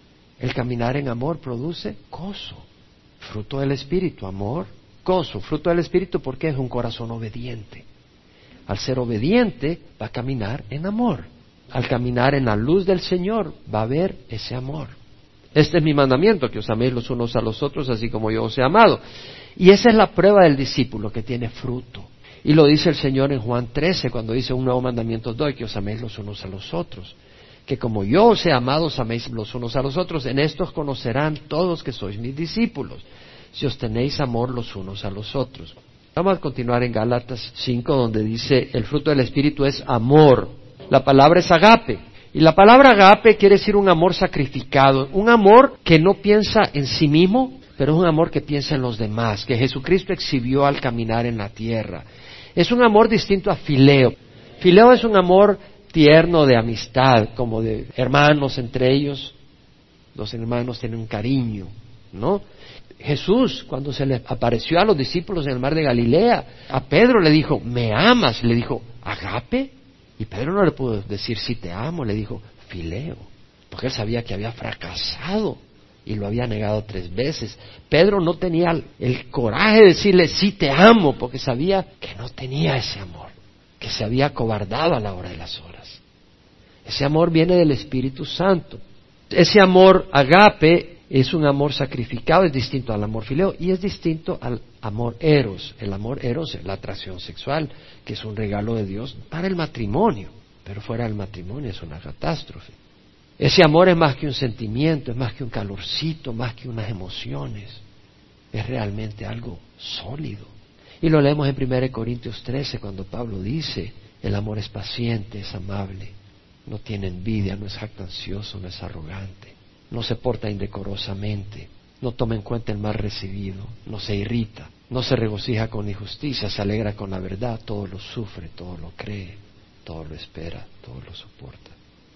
El caminar en amor produce gozo. Fruto del Espíritu, amor, gozo. Fruto del Espíritu porque es un corazón obediente. Al ser obediente va a caminar en amor. Al caminar en la luz del Señor va a haber ese amor. Este es mi mandamiento, que os améis los unos a los otros, así como yo os he amado. Y esa es la prueba del discípulo, que tiene fruto. Y lo dice el Señor en Juan trece, cuando dice: un nuevo mandamiento os doy, que os améis los unos a los otros. Que como yo os he amado, os améis los unos a los otros. En esto os conocerán todos que sois mis discípulos, si os tenéis amor los unos a los otros. Vamos a continuar en Gálatas cinco, donde dice: el fruto del Espíritu es amor. La palabra es agape. Y la palabra agape quiere decir un amor sacrificado, un amor que no piensa en sí mismo, pero es un amor que piensa en los demás, que Jesucristo exhibió al caminar en la tierra. Es un amor distinto a fileo. Fileo es un amor tierno de amistad, como de hermanos entre ellos. Los hermanos tienen un cariño, ¿no? Jesús, cuando se le apareció a los discípulos en el mar de Galilea, a Pedro le dijo: ¿me amas? Le dijo: ¿agape? Y Pedro no le pudo decir sí te amo, le dijo fileo, porque él sabía que había fracasado y lo había negado tres veces. Pedro no tenía el coraje de decirle sí te amo, porque sabía que no tenía ese amor, que se había acobardado a la hora de las horas. Ese amor viene del Espíritu Santo. Ese amor agape es un amor sacrificado, es distinto al amor fileo y es distinto al amor eros. El amor eros es la atracción sexual, que es un regalo de Dios para el matrimonio, pero fuera del matrimonio es una catástrofe. Ese amor es más que un sentimiento, es más que un calorcito, más que unas emociones, es realmente algo sólido. Y lo leemos en primera Corintios trece, cuando Pablo dice: el amor es paciente, es amable, no tiene envidia, no es jactancioso, no es arrogante, no se porta indecorosamente, no toma en cuenta el mal recibido, no se irrita, no se regocija con injusticia, se alegra con la verdad, todo lo sufre, todo lo cree, todo lo espera, todo lo soporta.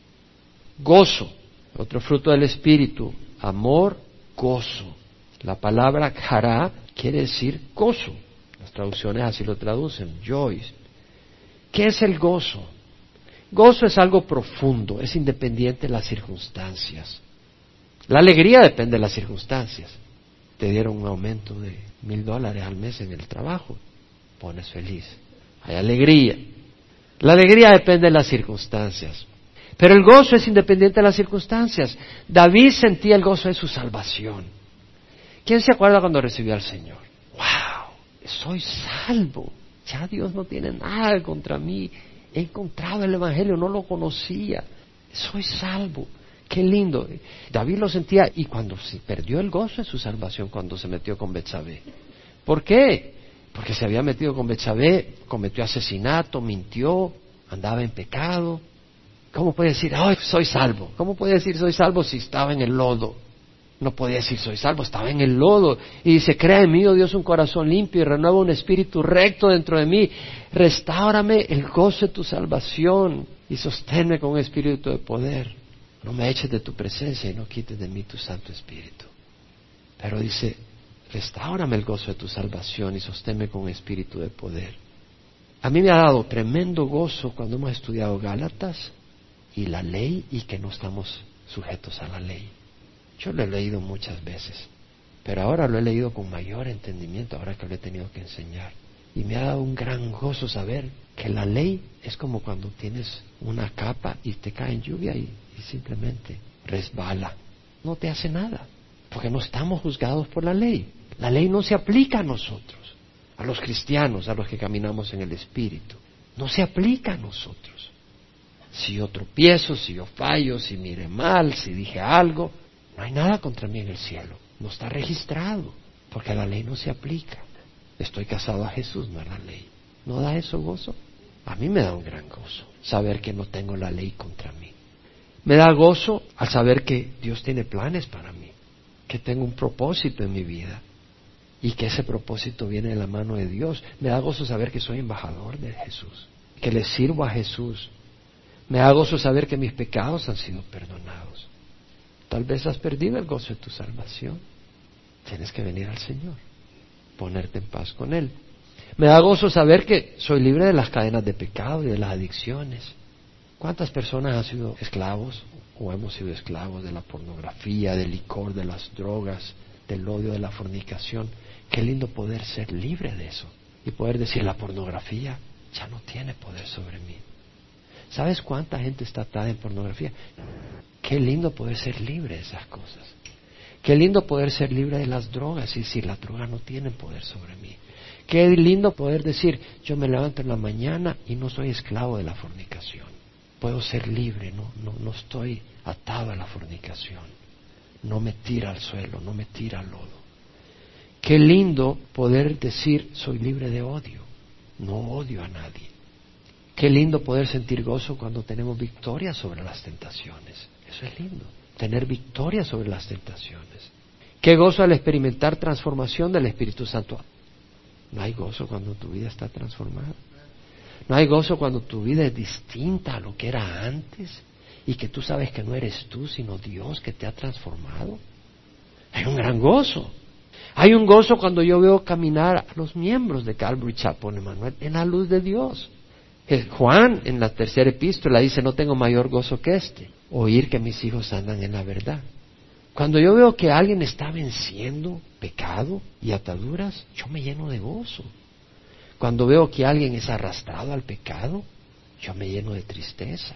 Gozo, otro fruto del Espíritu, amor, gozo. La palabra jará quiere decir gozo. Las traducciones así lo traducen, joy. ¿Qué es el gozo? Gozo es algo profundo, es independiente de las circunstancias. La alegría depende de las circunstancias. Te dieron un aumento de mil dólares al mes en el trabajo, pones feliz, hay alegría. La alegría depende de las circunstancias, pero el gozo es independiente de las circunstancias. David sentía el gozo de su salvación. ¿Quién se acuerda cuando recibió al Señor? ¡Wow! Soy salvo, ya Dios no tiene nada contra mí, he encontrado el Evangelio, no lo conocía, soy salvo. Qué lindo. David lo sentía, y cuando se perdió el gozo de su salvación, cuando se metió con Betsabé. ¿Por qué? Porque se había metido con Betsabé, cometió asesinato, mintió, andaba en pecado. ¿Cómo puede decir, ay, soy salvo? ¿Cómo puede decir soy salvo si estaba en el lodo? No podía decir soy salvo, estaba en el lodo. Y dice: crea en mí, oh Dios, un corazón limpio y renueva un espíritu recto dentro de mí. Restáurame el gozo de tu salvación y sosténme con un espíritu de poder. No me eches de tu presencia y no quites de mí tu Santo Espíritu. Pero dice: restáurame el gozo de tu salvación y sosténme con un espíritu de poder. A mí me ha dado tremendo gozo cuando hemos estudiado Gálatas y la ley, y que no estamos sujetos a la ley. Yo lo he leído muchas veces, pero ahora lo he leído con mayor entendimiento, ahora que lo he tenido que enseñar. Y me ha dado un gran gozo saber que la ley es como cuando tienes una capa y te cae en lluvia y, y simplemente resbala. No te hace nada, porque no estamos juzgados por la ley. La ley no se aplica a nosotros, a los cristianos, a los que caminamos en el Espíritu. No se aplica a nosotros. Si yo tropiezo, si yo fallo, si miré mal, si dije algo, no hay nada contra mí en el cielo. No está registrado, porque la ley no se aplica. Estoy casado a Jesús, no a la ley. ¿No da eso gozo? A mí me da un gran gozo saber que no tengo la ley contra mí. Me da gozo al saber que Dios tiene planes para mí, que tengo un propósito en mi vida y que ese propósito viene de la mano de Dios. Me da gozo saber que soy embajador de Jesús, que le sirvo a Jesús. Me da gozo saber que mis pecados han sido perdonados. Tal vez has perdido el gozo de tu salvación. Tienes que venir al Señor, ponerte en paz con Él. Me da gozo saber que soy libre de las cadenas de pecado y de las adicciones. ¿Cuántas personas han sido esclavos o hemos sido esclavos de la pornografía, del licor, de las drogas, del odio, de la fornicación? Qué lindo poder ser libre de eso y poder decir, la pornografía ya no tiene poder sobre mí. ¿Sabes cuánta gente está atada en pornografía? Qué lindo poder ser libre de esas cosas. Qué lindo poder ser libre de las drogas y decir, las drogas no tienen poder sobre mí. Qué lindo poder decir, yo me levanto en la mañana y no soy esclavo de la fornicación. Puedo ser libre, no, no, no estoy atado a la fornicación. No me tira al suelo, no me tira al lodo. Qué lindo poder decir, soy libre de odio. No odio a nadie. Qué lindo poder sentir gozo cuando tenemos victoria sobre las tentaciones. Eso es lindo, tener victoria sobre las tentaciones. Qué gozo al experimentar transformación del Espíritu Santo. No hay gozo cuando tu vida está transformada. No hay gozo cuando tu vida es distinta a lo que era antes y que tú sabes que no eres tú, sino Dios que te ha transformado. Hay un gran gozo. Hay un gozo cuando yo veo caminar a los miembros de Calvary Chapel, Emmanuel, en la luz de Dios. Juan, en la tercera epístola, dice, no tengo mayor gozo que este, oír que mis hijos andan en la verdad. Cuando yo veo que alguien está venciendo pecado y ataduras, yo me lleno de gozo. Cuando veo que alguien es arrastrado al pecado, yo me lleno de tristeza.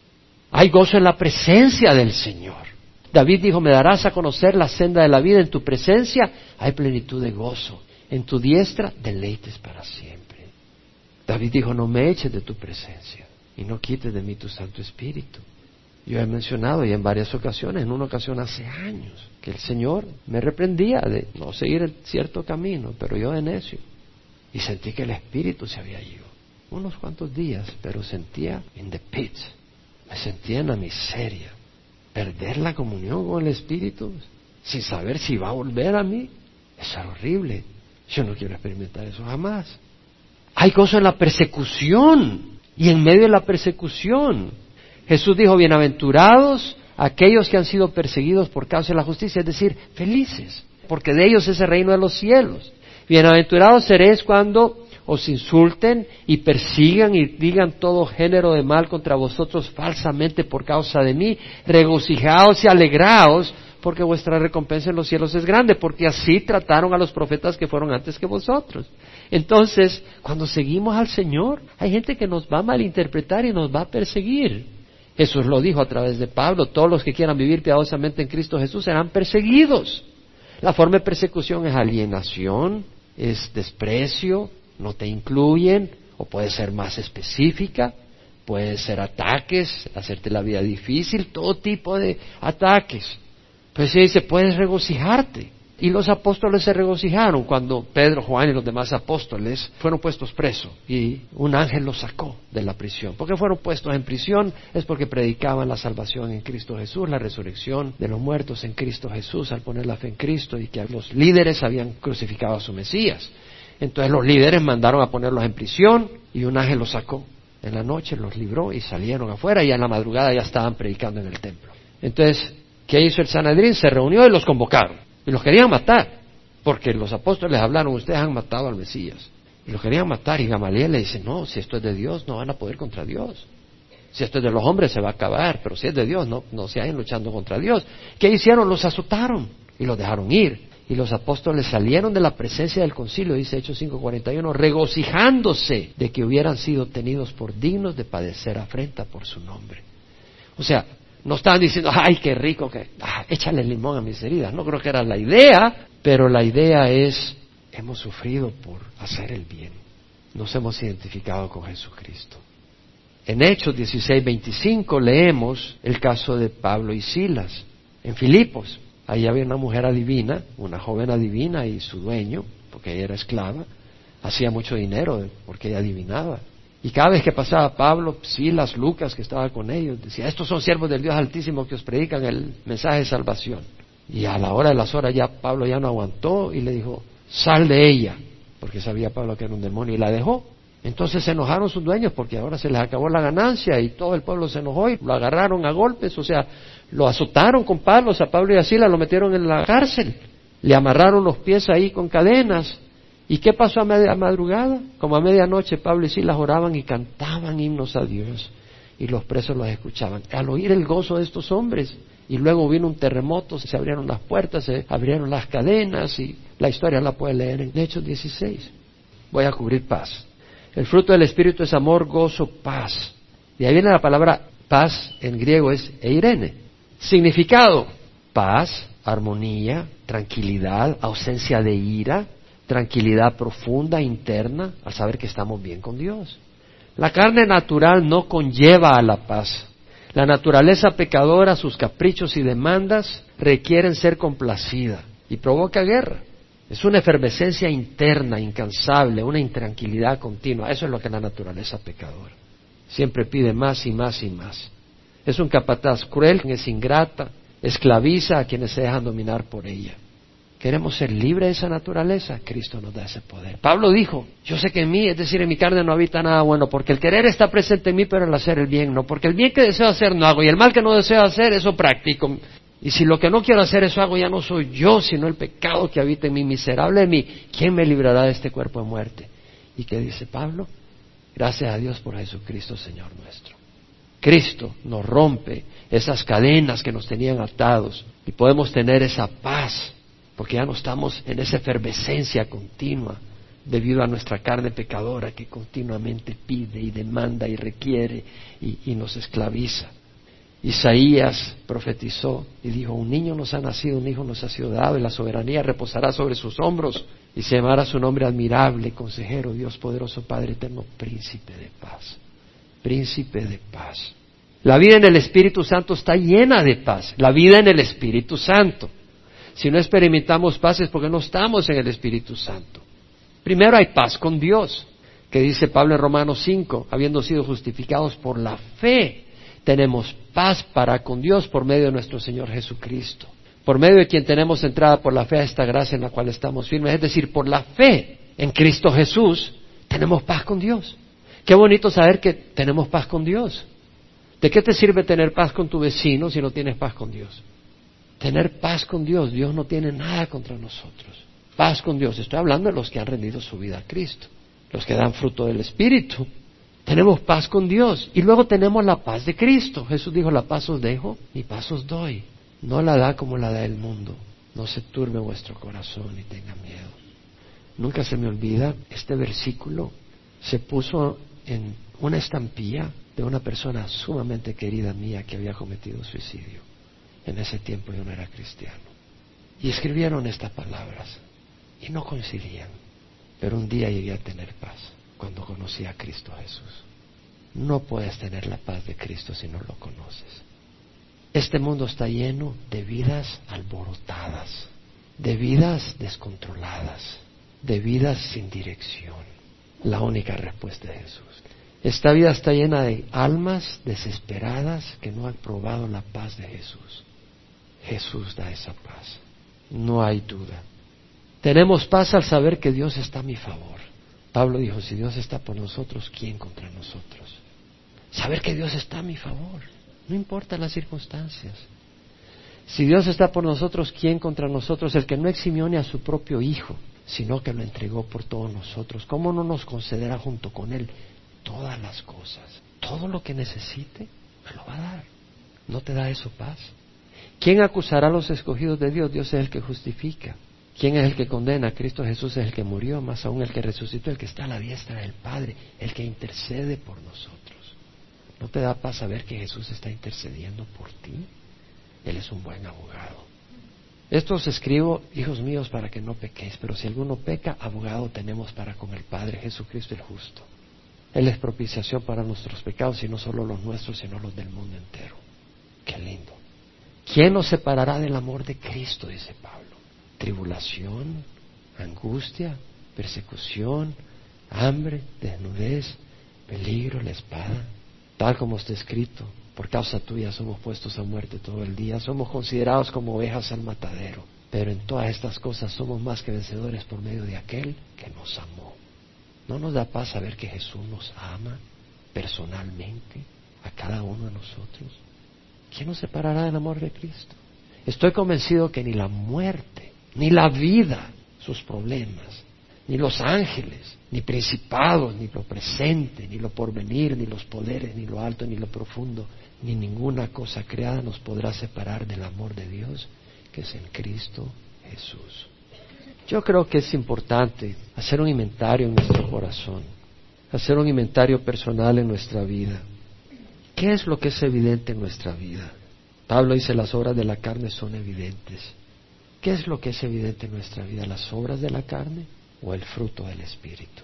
Hay gozo en la presencia del Señor. David dijo, me darás a conocer la senda de la vida, en tu presencia hay plenitud de gozo, en tu diestra deleites para siempre. David dijo, no me eches de tu presencia y no quites de mí tu Santo Espíritu. Yo he mencionado y en varias ocasiones, en una ocasión hace años, que el Señor me reprendía de no seguir el cierto camino, pero yo de necio. Y sentí que el Espíritu se había ido. Unos cuantos días, pero sentía in the pits, me sentía en la miseria. Perder la comunión con el Espíritu sin saber si va a volver a mí, es horrible. Yo no quiero experimentar eso jamás. Hay gozo en la persecución y en medio de la persecución. Jesús dijo, bienaventurados aquellos que han sido perseguidos por causa de la justicia, es decir, felices, porque de ellos es el reino de los cielos. Bienaventurados seréis cuando os insulten y persigan y digan todo género de mal contra vosotros falsamente por causa de mí. Regocijaos y alegraos, porque vuestra recompensa en los cielos es grande, porque así trataron a los profetas que fueron antes que vosotros. Entonces, cuando seguimos al Señor, hay gente que nos va a malinterpretar y nos va a perseguir. Jesús lo dijo a través de Pablo, todos los que quieran vivir piadosamente en Cristo Jesús serán perseguidos. La forma de persecución es alienación, es desprecio, no te incluyen, o puede ser más específica, puede ser ataques, hacerte la vida difícil, todo tipo de ataques. Pues se dice, puedes regocijarte. Y los apóstoles se regocijaron cuando Pedro, Juan y los demás apóstoles fueron puestos presos y un ángel los sacó de la prisión. ¿Por qué fueron puestos en prisión? Es porque predicaban la salvación en Cristo Jesús, la resurrección de los muertos en Cristo Jesús al poner la fe en Cristo, y que los líderes habían crucificado a su Mesías. Entonces los líderes mandaron a ponerlos en prisión y un ángel los sacó. En la noche los libró y salieron afuera y en la madrugada ya estaban predicando en el templo. Entonces, ¿qué hizo el Sanedrín? Se reunió y los convocaron. Y los querían matar, porque los apóstoles hablaron, ustedes han matado al Mesías. Y los querían matar, y Gamaliel le dice, no, si esto es de Dios, no van a poder contra Dios. Si esto es de los hombres, se va a acabar, pero si es de Dios, no, no se hayan luchando contra Dios. ¿Qué hicieron? Los azotaron y los dejaron ir. Y los apóstoles salieron de la presencia del concilio, dice Hechos cinco cuarenta y uno, regocijándose de que hubieran sido tenidos por dignos de padecer afrenta por su nombre. O sea, no estaban diciendo, ay, qué rico, que ah, échale limón a mis heridas. No creo que era la idea, pero la idea es, hemos sufrido por hacer el bien. Nos hemos identificado con Jesucristo. En Hechos dieciséis veinticinco leemos el caso de Pablo y Silas. En Filipos, ahí había una mujer adivina, una joven adivina y su dueño, porque ella era esclava, hacía mucho dinero porque ella adivinaba. Y cada vez que pasaba Pablo, Silas, Lucas, que estaba con ellos, decía, estos son siervos del Dios Altísimo que os predican el mensaje de salvación. Y a la hora de las horas ya Pablo ya no aguantó y le dijo, sal de ella, porque sabía Pablo que era un demonio, y la dejó. Entonces se enojaron sus dueños porque ahora se les acabó la ganancia y todo el pueblo se enojó y lo agarraron a golpes, o sea, lo azotaron con palos a Pablo y a Silas, lo metieron en la cárcel, le amarraron los pies ahí con cadenas ¿Y qué pasó a media madrugada? Como a medianoche Pablo y Silas oraban y cantaban himnos a Dios y los presos los escuchaban. Al oír el gozo de estos hombres, y luego vino un terremoto, se abrieron las puertas, se abrieron las cadenas, y la historia la puede leer en Hechos dieciséis. Voy a cubrir paz. El fruto del Espíritu es amor, gozo, paz. Y ahí viene la palabra paz, en griego es eirene. Significado: paz, armonía, tranquilidad, ausencia de ira, tranquilidad profunda, interna, al saber que estamos bien con Dios. La carne natural no conlleva a la paz. La naturaleza pecadora, sus caprichos y demandas requieren ser complacida y provoca guerra. Es una efervescencia interna, incansable, una intranquilidad continua. Eso es lo que es la naturaleza pecadora. Siempre pide más y más y más. Es un capataz cruel, es ingrata, esclaviza a quienes se dejan dominar por ella. Queremos ser libres de esa naturaleza. Cristo nos da ese poder. Pablo dijo: yo sé que en mí, es decir, en mi carne no habita nada bueno, porque el querer está presente en mí, pero el hacer el bien no. Porque el bien que deseo hacer no hago, y el mal que no deseo hacer, eso practico. Y si lo que no quiero hacer, eso hago, ya no soy yo, sino el pecado que habita en mí, miserable de mí. ¿Quién me librará de este cuerpo de muerte? ¿Y qué dice Pablo? Gracias a Dios por Jesucristo, Señor nuestro. Cristo nos rompe esas cadenas que nos tenían atados y podemos tener esa paz, porque ya no estamos en esa efervescencia continua debido a nuestra carne pecadora que continuamente pide y demanda y requiere y, y nos esclaviza. Isaías profetizó y dijo: un niño nos ha nacido, un hijo nos ha sido dado, y la soberanía reposará sobre sus hombros, y se llamará su nombre admirable, consejero, Dios poderoso, Padre eterno, príncipe de paz. Príncipe de paz. La vida en el Espíritu Santo está llena de paz. La vida en el Espíritu Santo. Si no experimentamos paz es porque no estamos en el Espíritu Santo. Primero hay paz con Dios, que dice Pablo en Romanos cinco, habiendo sido justificados por la fe, tenemos paz para con Dios por medio de nuestro Señor Jesucristo, por medio de quien tenemos entrada por la fe a esta gracia en la cual estamos firmes, es decir, por la fe en Cristo Jesús, tenemos paz con Dios. Qué bonito saber que tenemos paz con Dios. ¿De qué te sirve tener paz con tu vecino si no tienes paz con Dios? Tener paz con Dios, Dios no tiene nada contra nosotros. Paz con Dios, estoy hablando de los que han rendido su vida a Cristo, los que dan fruto del Espíritu. Tenemos paz con Dios y luego tenemos la paz de Cristo. Jesús dijo: la paz os dejo, mi paz os doy. No la da como la da el mundo. No se turbe vuestro corazón ni tenga miedo. Nunca se me olvida, este versículo se puso en una estampilla de una persona sumamente querida mía que había cometido suicidio. En ese tiempo yo no era cristiano. Y escribieron estas palabras y no coincidían. Pero un día llegué a tener paz cuando conocí a Cristo Jesús. No puedes tener la paz de Cristo si no lo conoces. Este mundo está lleno de vidas alborotadas, de vidas descontroladas, de vidas sin dirección. La única respuesta es Jesús. Esta vida está llena de almas desesperadas que no han probado la paz de Jesús. Jesús da esa paz. No hay duda. Tenemos paz al saber que Dios está a mi favor. Pablo dijo: si Dios está por nosotros, ¿quién contra nosotros? Saber que Dios está a mi favor, no importa las circunstancias. Si Dios está por nosotros, ¿quién contra nosotros? El que no eximió ni a su propio Hijo, sino que lo entregó por todos nosotros. ¿Cómo no nos concederá junto con Él todas las cosas? Todo lo que necesite, me lo va a dar. ¿No te da eso paz? ¿Quién acusará a los escogidos de Dios? Dios es el que justifica. ¿Quién es el que condena? Cristo Jesús es el que murió, más aún el que resucitó, el que está a la diestra del Padre, el que intercede por nosotros. ¿No te da paz saber que Jesús está intercediendo por ti? Él es un buen abogado. Esto os escribo, hijos míos, para que no pequéis, pero si alguno peca, abogado tenemos para con el Padre, Jesucristo el justo. Él es propiciación para nuestros pecados, y no solo los nuestros, sino los del mundo entero. Qué lindo. ¿Quién nos separará del amor de Cristo? Dice Pablo. Tribulación, angustia, persecución, hambre, desnudez, peligro, la espada. Tal como está escrito: por causa tuya somos puestos a muerte todo el día, somos considerados como ovejas al matadero. Pero en todas estas cosas somos más que vencedores por medio de aquel que nos amó. ¿No nos da paz saber que Jesús nos ama personalmente a cada uno de nosotros? ¿Quién nos separará del amor de Cristo? Estoy convencido que ni la muerte, ni la vida, sus problemas, ni los ángeles, ni principados, ni lo presente, ni lo porvenir, ni los poderes, ni lo alto, ni lo profundo, ni ninguna cosa creada nos podrá separar del amor de Dios que es en Cristo Jesús. Yo creo que es importante hacer un inventario en nuestro corazón, hacer un inventario personal en nuestra vida. ¿Qué es lo que es evidente en nuestra vida? Pablo dice, las obras de la carne son evidentes. ¿Qué es lo que es evidente en nuestra vida? ¿Las obras de la carne o el fruto del Espíritu?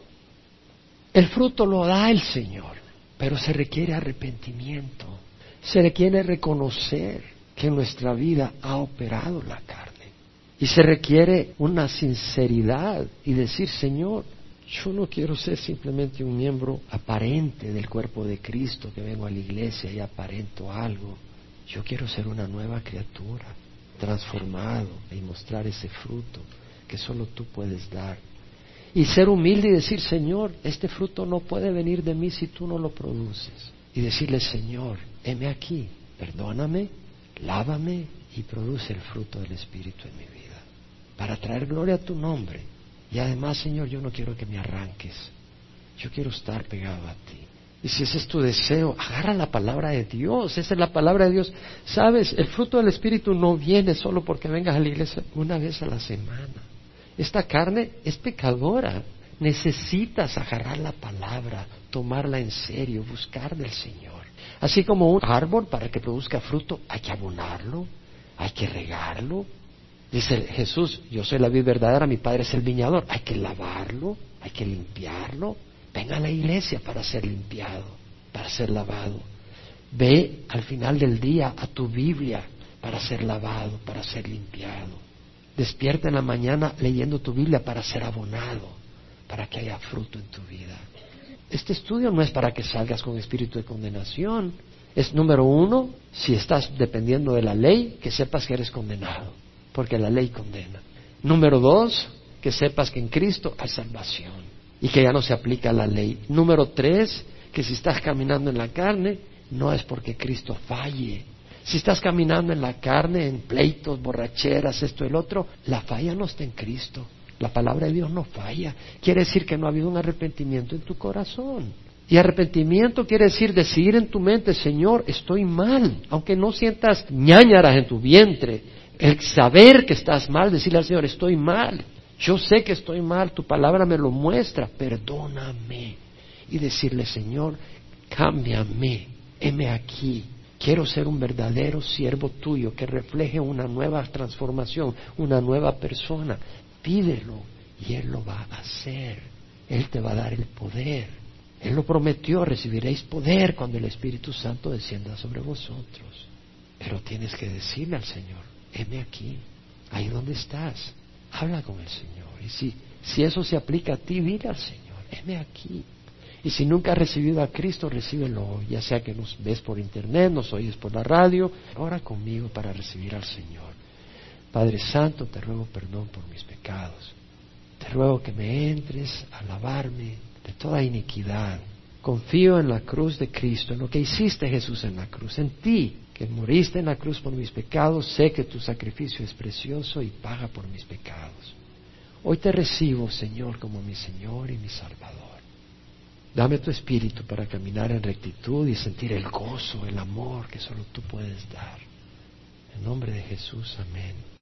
El fruto lo da el Señor, pero se requiere arrepentimiento. Se requiere reconocer que en nuestra vida ha operado la carne. Y se requiere una sinceridad y decir, Señor, yo no quiero ser simplemente un miembro aparente del cuerpo de Cristo, que vengo a la iglesia y aparento algo. Yo quiero ser una nueva criatura, transformado, y mostrar ese fruto que solo tú puedes dar. Y ser humilde y decir, Señor, este fruto no puede venir de mí si tú no lo produces. Y decirle, Señor, heme aquí, perdóname, lávame y produce el fruto del Espíritu en mi vida, para traer gloria a tu nombre. Y además, Señor, yo no quiero que me arranques, yo quiero estar pegado a ti. Y si ese es tu deseo, agarra la palabra de Dios, esa es la palabra de Dios. Sabes, el fruto del Espíritu no viene solo porque vengas a la iglesia una vez a la semana. Esta carne es pecadora, necesitas agarrar la palabra, tomarla en serio, buscar del Señor. Así como un árbol, para que produzca fruto, hay que abonarlo, hay que regarlo. Dice Jesús, yo soy la vid verdadera, mi Padre es el viñador. Hay que lavarlo, hay que limpiarlo. Venga a la iglesia para ser limpiado, para ser lavado. Ve al final del día a tu Biblia para ser lavado, para ser limpiado. Despierta en la mañana leyendo tu Biblia para ser abonado, para que haya fruto en tu vida. Este estudio no es para que salgas con espíritu de condenación. Es, número uno, si estás dependiendo de la ley, que sepas que eres condenado, porque la ley condena. Número dos, que sepas que en Cristo hay salvación y que ya no se aplica la ley. Número tres, que si estás caminando en la carne, no es porque Cristo falle. Si estás caminando en la carne, en pleitos, borracheras, esto y el otro, la falla no está en Cristo. La palabra de Dios no falla. Quiere decir que no ha habido un arrepentimiento en tu corazón. Y arrepentimiento quiere decir decidir en tu mente, Señor, estoy mal. Aunque no sientas ñáñaras en tu vientre, el saber que estás mal, decirle al Señor, estoy mal. Yo sé que estoy mal, tu palabra me lo muestra, perdóname. Y decirle, Señor, cámbiame, heme aquí. Quiero ser un verdadero siervo tuyo que refleje una nueva transformación, una nueva persona. Pídelo y Él lo va a hacer. Él te va a dar el poder. Él lo prometió, recibiréis poder cuando el Espíritu Santo descienda sobre vosotros. Pero tienes que decirle al Señor, heme aquí, ahí donde estás. Habla con el Señor. Y si, si eso se aplica a ti, dile al Señor, heme aquí. Y si nunca has recibido a Cristo, recíbelo hoy. Ya sea que nos ves por internet, nos oyes por la radio, ora conmigo para recibir al Señor. Padre Santo, te ruego perdón por mis pecados. Te ruego que me entres a lavarme de toda iniquidad. Confío en la cruz de Cristo, en lo que hiciste, Jesús, en la cruz, en ti, que moriste en la cruz por mis pecados. Sé que tu sacrificio es precioso y paga por mis pecados. Hoy te recibo, Señor, como mi Señor y mi Salvador. Dame tu espíritu para caminar en rectitud y sentir el gozo, el amor que solo tú puedes dar. En nombre de Jesús, amén.